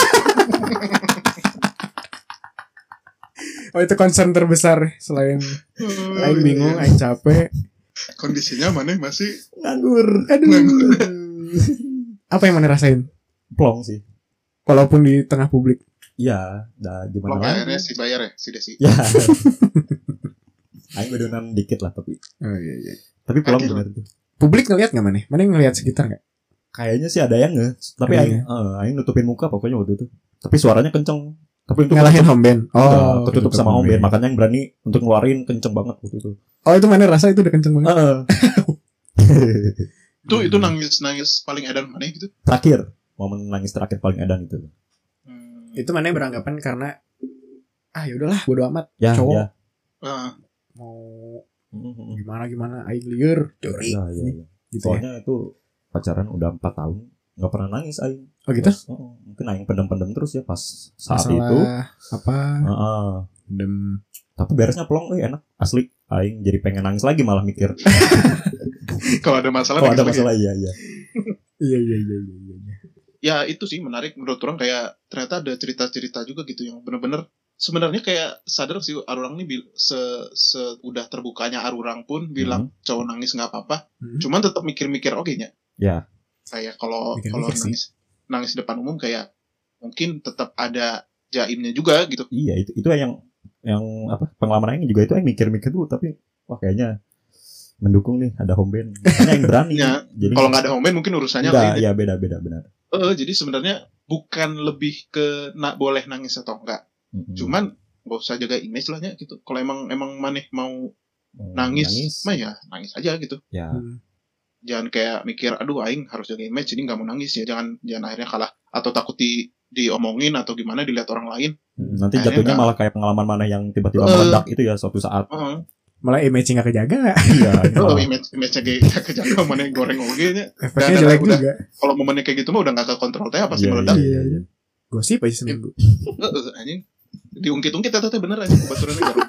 [SPEAKER 7] Oh itu concern terbesar selain Aing bingung, Aing capek,
[SPEAKER 8] Kondisinya mana masih
[SPEAKER 1] nganggur.
[SPEAKER 7] aduh. Apa yang mana rasain?
[SPEAKER 1] Plong sih.
[SPEAKER 7] Walaupun di tengah publik.
[SPEAKER 1] Ya, dah gimana
[SPEAKER 8] belum
[SPEAKER 1] lagi?
[SPEAKER 8] akhirnya si bayar ya si Desi.
[SPEAKER 1] Ya. Aing bedonan dikit lah tapi.
[SPEAKER 7] Oh iya iya.
[SPEAKER 1] Tapi plong
[SPEAKER 8] Akhir.
[SPEAKER 1] bener tuh.
[SPEAKER 7] Publik ngelihat nggak mana? Mana yang ngelihat sekitar nggak?
[SPEAKER 1] Kayaknya sih ada yang nge, tapi
[SPEAKER 7] Ada
[SPEAKER 1] aing,
[SPEAKER 7] yang
[SPEAKER 1] eh, aing nutupin muka pokoknya waktu itu. Tapi suaranya kenceng. Tapi untuk
[SPEAKER 7] Ngalahin home band.
[SPEAKER 1] oh,
[SPEAKER 7] Oh,
[SPEAKER 1] ketutup sama home band. Makanya yang berani untuk ngeluarin kenceng banget waktu itu.
[SPEAKER 7] Oh itu mana rasa itu udah kenceng banget.
[SPEAKER 1] Heeh.
[SPEAKER 8] Itu itu nangis nangis paling edan mana gitu.
[SPEAKER 1] Terakhir, momen nangis terakhir paling edan itu.
[SPEAKER 8] Hmm.
[SPEAKER 7] Itu mana beranggapan karena ah ya udahlah bodo amat.
[SPEAKER 1] Ya,
[SPEAKER 7] Cowok
[SPEAKER 1] ya.
[SPEAKER 8] Ah,
[SPEAKER 7] mau
[SPEAKER 1] Mhm.
[SPEAKER 7] gimana gimana Aing liur, curi.
[SPEAKER 1] Ya, ya, ya.
[SPEAKER 7] Gitu ya.
[SPEAKER 1] Soalnya itu pacaran udah empat tahun nggak pernah nangis aing.
[SPEAKER 7] Oh gitu?
[SPEAKER 1] Terus, oh, mungkin aing pendem-pendem terus ya pas saat
[SPEAKER 7] Masalah
[SPEAKER 1] itu.
[SPEAKER 7] apa?
[SPEAKER 1] Heeh.
[SPEAKER 7] Dem.
[SPEAKER 1] Tapi beresnya plong, eh enak asli. Aing jadi pengen nangis lagi malah mikir.
[SPEAKER 8] Kalau ada masalah
[SPEAKER 1] Oh
[SPEAKER 8] nangis
[SPEAKER 1] ada
[SPEAKER 8] lagi.
[SPEAKER 1] masalah iya iya.
[SPEAKER 7] Iya iya iya iya. iya.
[SPEAKER 8] Ya itu sih menarik menurut orang kayak ternyata ada cerita-cerita juga gitu yang bener-bener sebenarnya kayak sadar sih Arurang nih bil- se, se udah terbukanya Arurang pun bilang cowok nangis nggak apa-apa,
[SPEAKER 7] Hmm.
[SPEAKER 8] cuman tetap mikir-mikir oke nya
[SPEAKER 1] Ya.
[SPEAKER 8] kayak kalau
[SPEAKER 7] Mikir-mikir
[SPEAKER 8] kalau
[SPEAKER 7] sih.
[SPEAKER 8] nangis nangis di depan umum kayak mungkin tetap ada jaimnya juga gitu.
[SPEAKER 1] Iya itu itu yang yang apa pengalaman Aing juga itu Aing mikir-mikir dulu tapi wah kayaknya mendukung nih ada home band. Makanya Aing berani.
[SPEAKER 8] Ya,
[SPEAKER 1] Jadi
[SPEAKER 8] kalau nggak ada home band mungkin urusannya
[SPEAKER 1] enggak,
[SPEAKER 8] lain.
[SPEAKER 1] ya beda-beda benar.
[SPEAKER 8] Eh, jadi sebenarnya bukan lebih ke nak boleh nangis atau enggak,
[SPEAKER 1] Mm-mm.
[SPEAKER 8] cuman nggak usah jaga image lah ya gitu. Kalau emang emang maneh mau
[SPEAKER 1] Hmm,
[SPEAKER 8] nangis,
[SPEAKER 1] nangis.
[SPEAKER 8] mah ya nangis aja gitu.
[SPEAKER 1] Ya.
[SPEAKER 7] Hmm.
[SPEAKER 8] Jangan kayak mikir aduh aing harus jaga image jadi nggak mau nangis ya, jangan jangan akhirnya kalah atau takut di diomongin atau gimana dilihat orang lain.
[SPEAKER 1] Hmm, Nanti
[SPEAKER 8] Akhirnya
[SPEAKER 1] jatuhnya
[SPEAKER 8] nggak-
[SPEAKER 1] malah kayak pengalaman mana yang tiba-tiba
[SPEAKER 8] Eh.
[SPEAKER 1] meledak itu ya suatu saat.
[SPEAKER 8] Heeh.
[SPEAKER 7] Malah image nggak kejaga.
[SPEAKER 1] Iya. ini
[SPEAKER 8] Oh,
[SPEAKER 1] malah-
[SPEAKER 8] image image kayak kejaga mana yang goreng oge nya.
[SPEAKER 7] Efeknya
[SPEAKER 8] Dan
[SPEAKER 7] jelek
[SPEAKER 8] udah-
[SPEAKER 7] juga.
[SPEAKER 8] Kalau momennya kayak gitu mah udah nggak ke kontrol teh pasti
[SPEAKER 1] Iya,
[SPEAKER 8] meledak.
[SPEAKER 1] iya, iya.
[SPEAKER 7] Gosip aja seminggu.
[SPEAKER 8] Heeh, anjing. Diungkit-ungkit eta teh bener anjing baturannya garuk.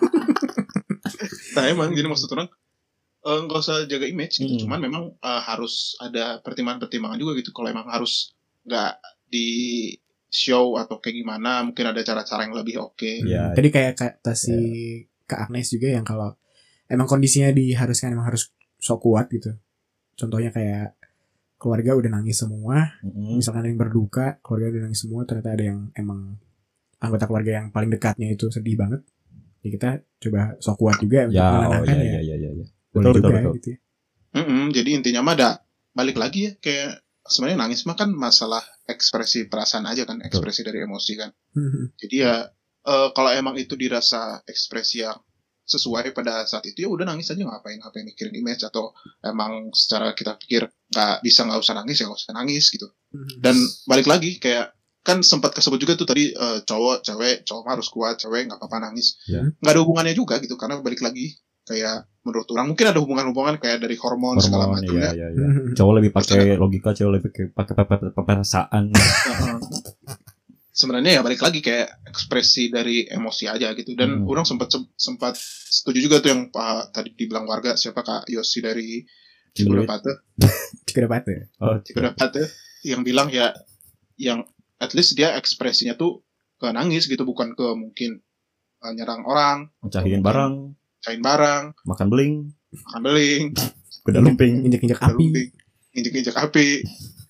[SPEAKER 8] Nah emang jadi maksud orang eh, nggak usah jaga image gitu,
[SPEAKER 1] Mm.
[SPEAKER 8] cuman memang eh, harus ada pertimbangan-pertimbangan juga gitu. Kalau emang harus nggak di show atau kayak gimana, mungkin ada cara-cara yang lebih oke.
[SPEAKER 1] Iya.
[SPEAKER 7] Tadi kayak kata si Kak Agnes juga yang kalau emang kondisinya diharuskan emang harus sok kuat gitu. Contohnya kayak keluarga udah nangis semua,
[SPEAKER 1] Mm-mm.
[SPEAKER 7] misalkan ada yang berduka, keluarga udah nangis semua, ternyata ada yang emang anggota keluarga yang paling dekatnya itu sedih banget. Ya kita coba sok kuat juga untuk
[SPEAKER 1] Ya, oh
[SPEAKER 7] menenangkan
[SPEAKER 1] iya
[SPEAKER 7] ya.
[SPEAKER 1] iya iya iya.
[SPEAKER 7] Boleh
[SPEAKER 1] Betul betul
[SPEAKER 7] juga
[SPEAKER 1] betul.
[SPEAKER 7] gitu ya.
[SPEAKER 8] Mm-mm, jadi intinya mah ada balik lagi ya kayak sebenarnya nangis mah kan masalah ekspresi perasaan aja kan, ekspresi dari emosi kan.
[SPEAKER 7] Hmm.
[SPEAKER 8] Jadi ya eh, kalau emang itu dirasa ekspresi yang sesuai pada saat itu ya udah nangis aja, ngapain ngapain mikirin image atau emang secara kita pikir nggak bisa nggak usah nangis ya nggak usah nangis gitu. Dan balik lagi kayak kan sempat kesebut juga tuh tadi eh, cowok cewek cowok mah harus kuat, cewek nggak apa-apa nangis,
[SPEAKER 1] Ya.
[SPEAKER 8] nggak ada hubungannya juga gitu karena balik lagi kayak menurut orang mungkin ada hubungan-hubungan kayak dari hormon, segala
[SPEAKER 1] Hormon
[SPEAKER 8] macam
[SPEAKER 1] iya
[SPEAKER 8] ya.
[SPEAKER 1] iya iya. Cowok lebih pakai logika, cewek lebih pakai pakai pakai- pakai perasaan.
[SPEAKER 8] Heeh. Sebenarnya ya balik lagi kayak ekspresi dari emosi aja gitu. Dan
[SPEAKER 1] Hmm.
[SPEAKER 8] orang sempat sempat setuju juga tuh yang Pak tadi dibilang warga siapa Kak Yosi dari
[SPEAKER 1] Ciluit.
[SPEAKER 8] Cikulepate
[SPEAKER 7] Cikedapate.
[SPEAKER 1] Oh,
[SPEAKER 8] Cikulepate yang bilang ya yang at least dia ekspresinya tuh ke nangis gitu, bukan ke mungkin uh, nyerang orang,
[SPEAKER 1] mecahin barang,
[SPEAKER 8] cain barang,
[SPEAKER 1] makan beling,
[SPEAKER 8] makan beling,
[SPEAKER 1] kuda lumping.
[SPEAKER 7] Injek-injek api.
[SPEAKER 8] injek-injek api.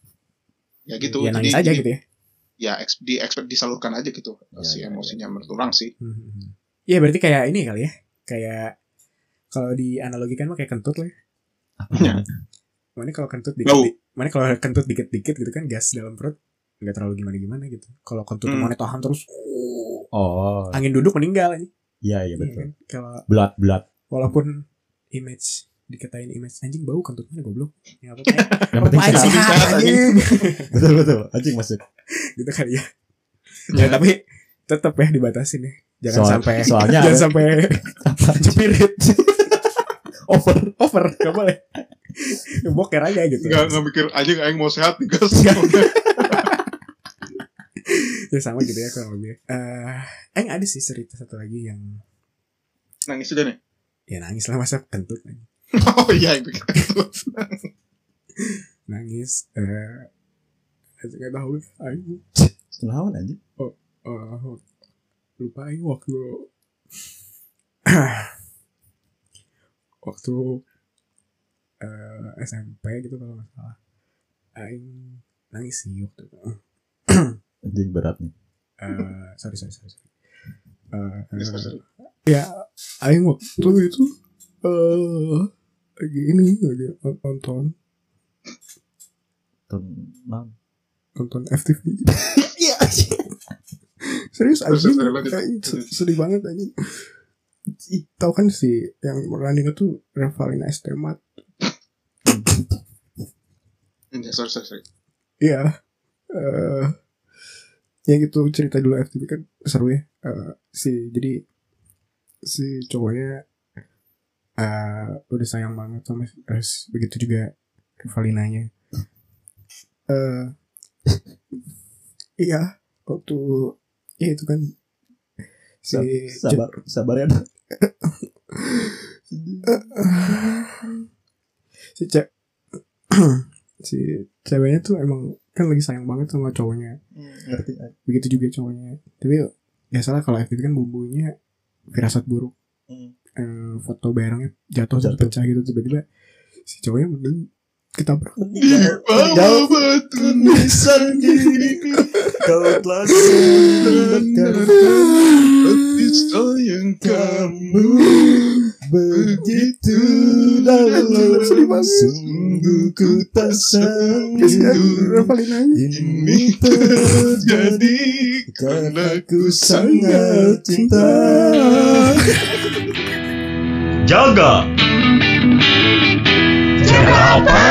[SPEAKER 8] Ya gitu.
[SPEAKER 7] Ya nangis
[SPEAKER 8] Jadi-
[SPEAKER 7] aja gitu ya.
[SPEAKER 8] Ya eks, di ekspert disalurkan aja gitu
[SPEAKER 1] Ya,
[SPEAKER 8] si
[SPEAKER 1] ya,
[SPEAKER 8] emosinya menurut orang sih.
[SPEAKER 7] Hmm. Iya berarti kayak ini kali ya. Kayak kalau dianalogikan mah kayak kentut lah.
[SPEAKER 8] Ya.
[SPEAKER 7] Mana kalau kentut dikit,
[SPEAKER 8] Bau.
[SPEAKER 7] di- mana kalau kentut dikit-dikit gitu kan gas dalam perut nggak terlalu gimana-gimana gitu. Kalau kentut
[SPEAKER 8] Hmm.
[SPEAKER 7] mana tahan terus,
[SPEAKER 1] Oh,
[SPEAKER 7] angin duduk meninggal aja.
[SPEAKER 1] iya iya
[SPEAKER 7] Iya
[SPEAKER 1] betul.
[SPEAKER 7] kan? Kalau
[SPEAKER 1] Belat belat.
[SPEAKER 7] walaupun image dikatain image anjing bau kentut mana goblok. Ya apa
[SPEAKER 1] Yang penting
[SPEAKER 7] apa
[SPEAKER 1] sehat.
[SPEAKER 7] sehat anjing.
[SPEAKER 1] Betul betul. Anjing masuk.
[SPEAKER 7] Gitu kali ya. Ya tapi tetap ya dibatasin ya. Jangan
[SPEAKER 1] Soal-
[SPEAKER 7] sampai
[SPEAKER 1] soalnya
[SPEAKER 7] jangan
[SPEAKER 1] ada-
[SPEAKER 7] sampai cepirit. over over enggak boleh. Boker aja gitu.
[SPEAKER 8] Nggak nggak mikir anjing aing mau sehat nih guys.
[SPEAKER 7] Ya sama gitu ya kurang lebih. Eh, uh, ada sih cerita satu lagi yang
[SPEAKER 8] Nangis sudah nih.
[SPEAKER 7] ya nangis lah masa kentut nangis.
[SPEAKER 8] Oh iya itu.
[SPEAKER 7] Nangis eh uh, nggak tahu aing.
[SPEAKER 1] Kenaon anjing?
[SPEAKER 7] Oh, oh lupa aing waktu waktu uh, S M P gitu kalau nggak salah. Aing nangis sih waktu itu.
[SPEAKER 1] Anjing berat nih.
[SPEAKER 7] Uh, sorry sorry sorry. sorry. Uh, uh, ya, aing waktu itu uh, lagi ini lagi nonton
[SPEAKER 1] Nonton
[SPEAKER 7] nonton F T V. Iya. Serius anjing, aing sedih banget anjing. Tahu kan si yang running itu Revalina S. Temat.
[SPEAKER 8] Sorry sorry sorry.
[SPEAKER 7] Iya. Eh ya gitu cerita dulu F T V kan seru ya. Uh, si jadi si cowoknya uh, udah sayang banget sama terus begitu juga Revalinanya. Uh, iya waktu ya itu kan si
[SPEAKER 1] sabar sabar ya.
[SPEAKER 7] si cek si ceweknya tuh emang kan lagi sayang banget sama cowoknya.
[SPEAKER 1] Ngerti.
[SPEAKER 7] Begitu juga cowoknya. Tapi ya salah kalau F T V kan bumbunya firasat buruk.
[SPEAKER 1] Hmm.
[SPEAKER 7] Eh, foto barangnya jatuh, jatuh. pecah gitu tiba-tiba si cowoknya mending ketabrak.
[SPEAKER 8] Bawa batu nisan diri
[SPEAKER 1] kau telah sembunyikan
[SPEAKER 8] hati sayang kamu
[SPEAKER 1] begitu dalam sungguh ku tak sanggup ini terjadi karena ku sangat cinta.
[SPEAKER 13] Jaga. Jaga apa?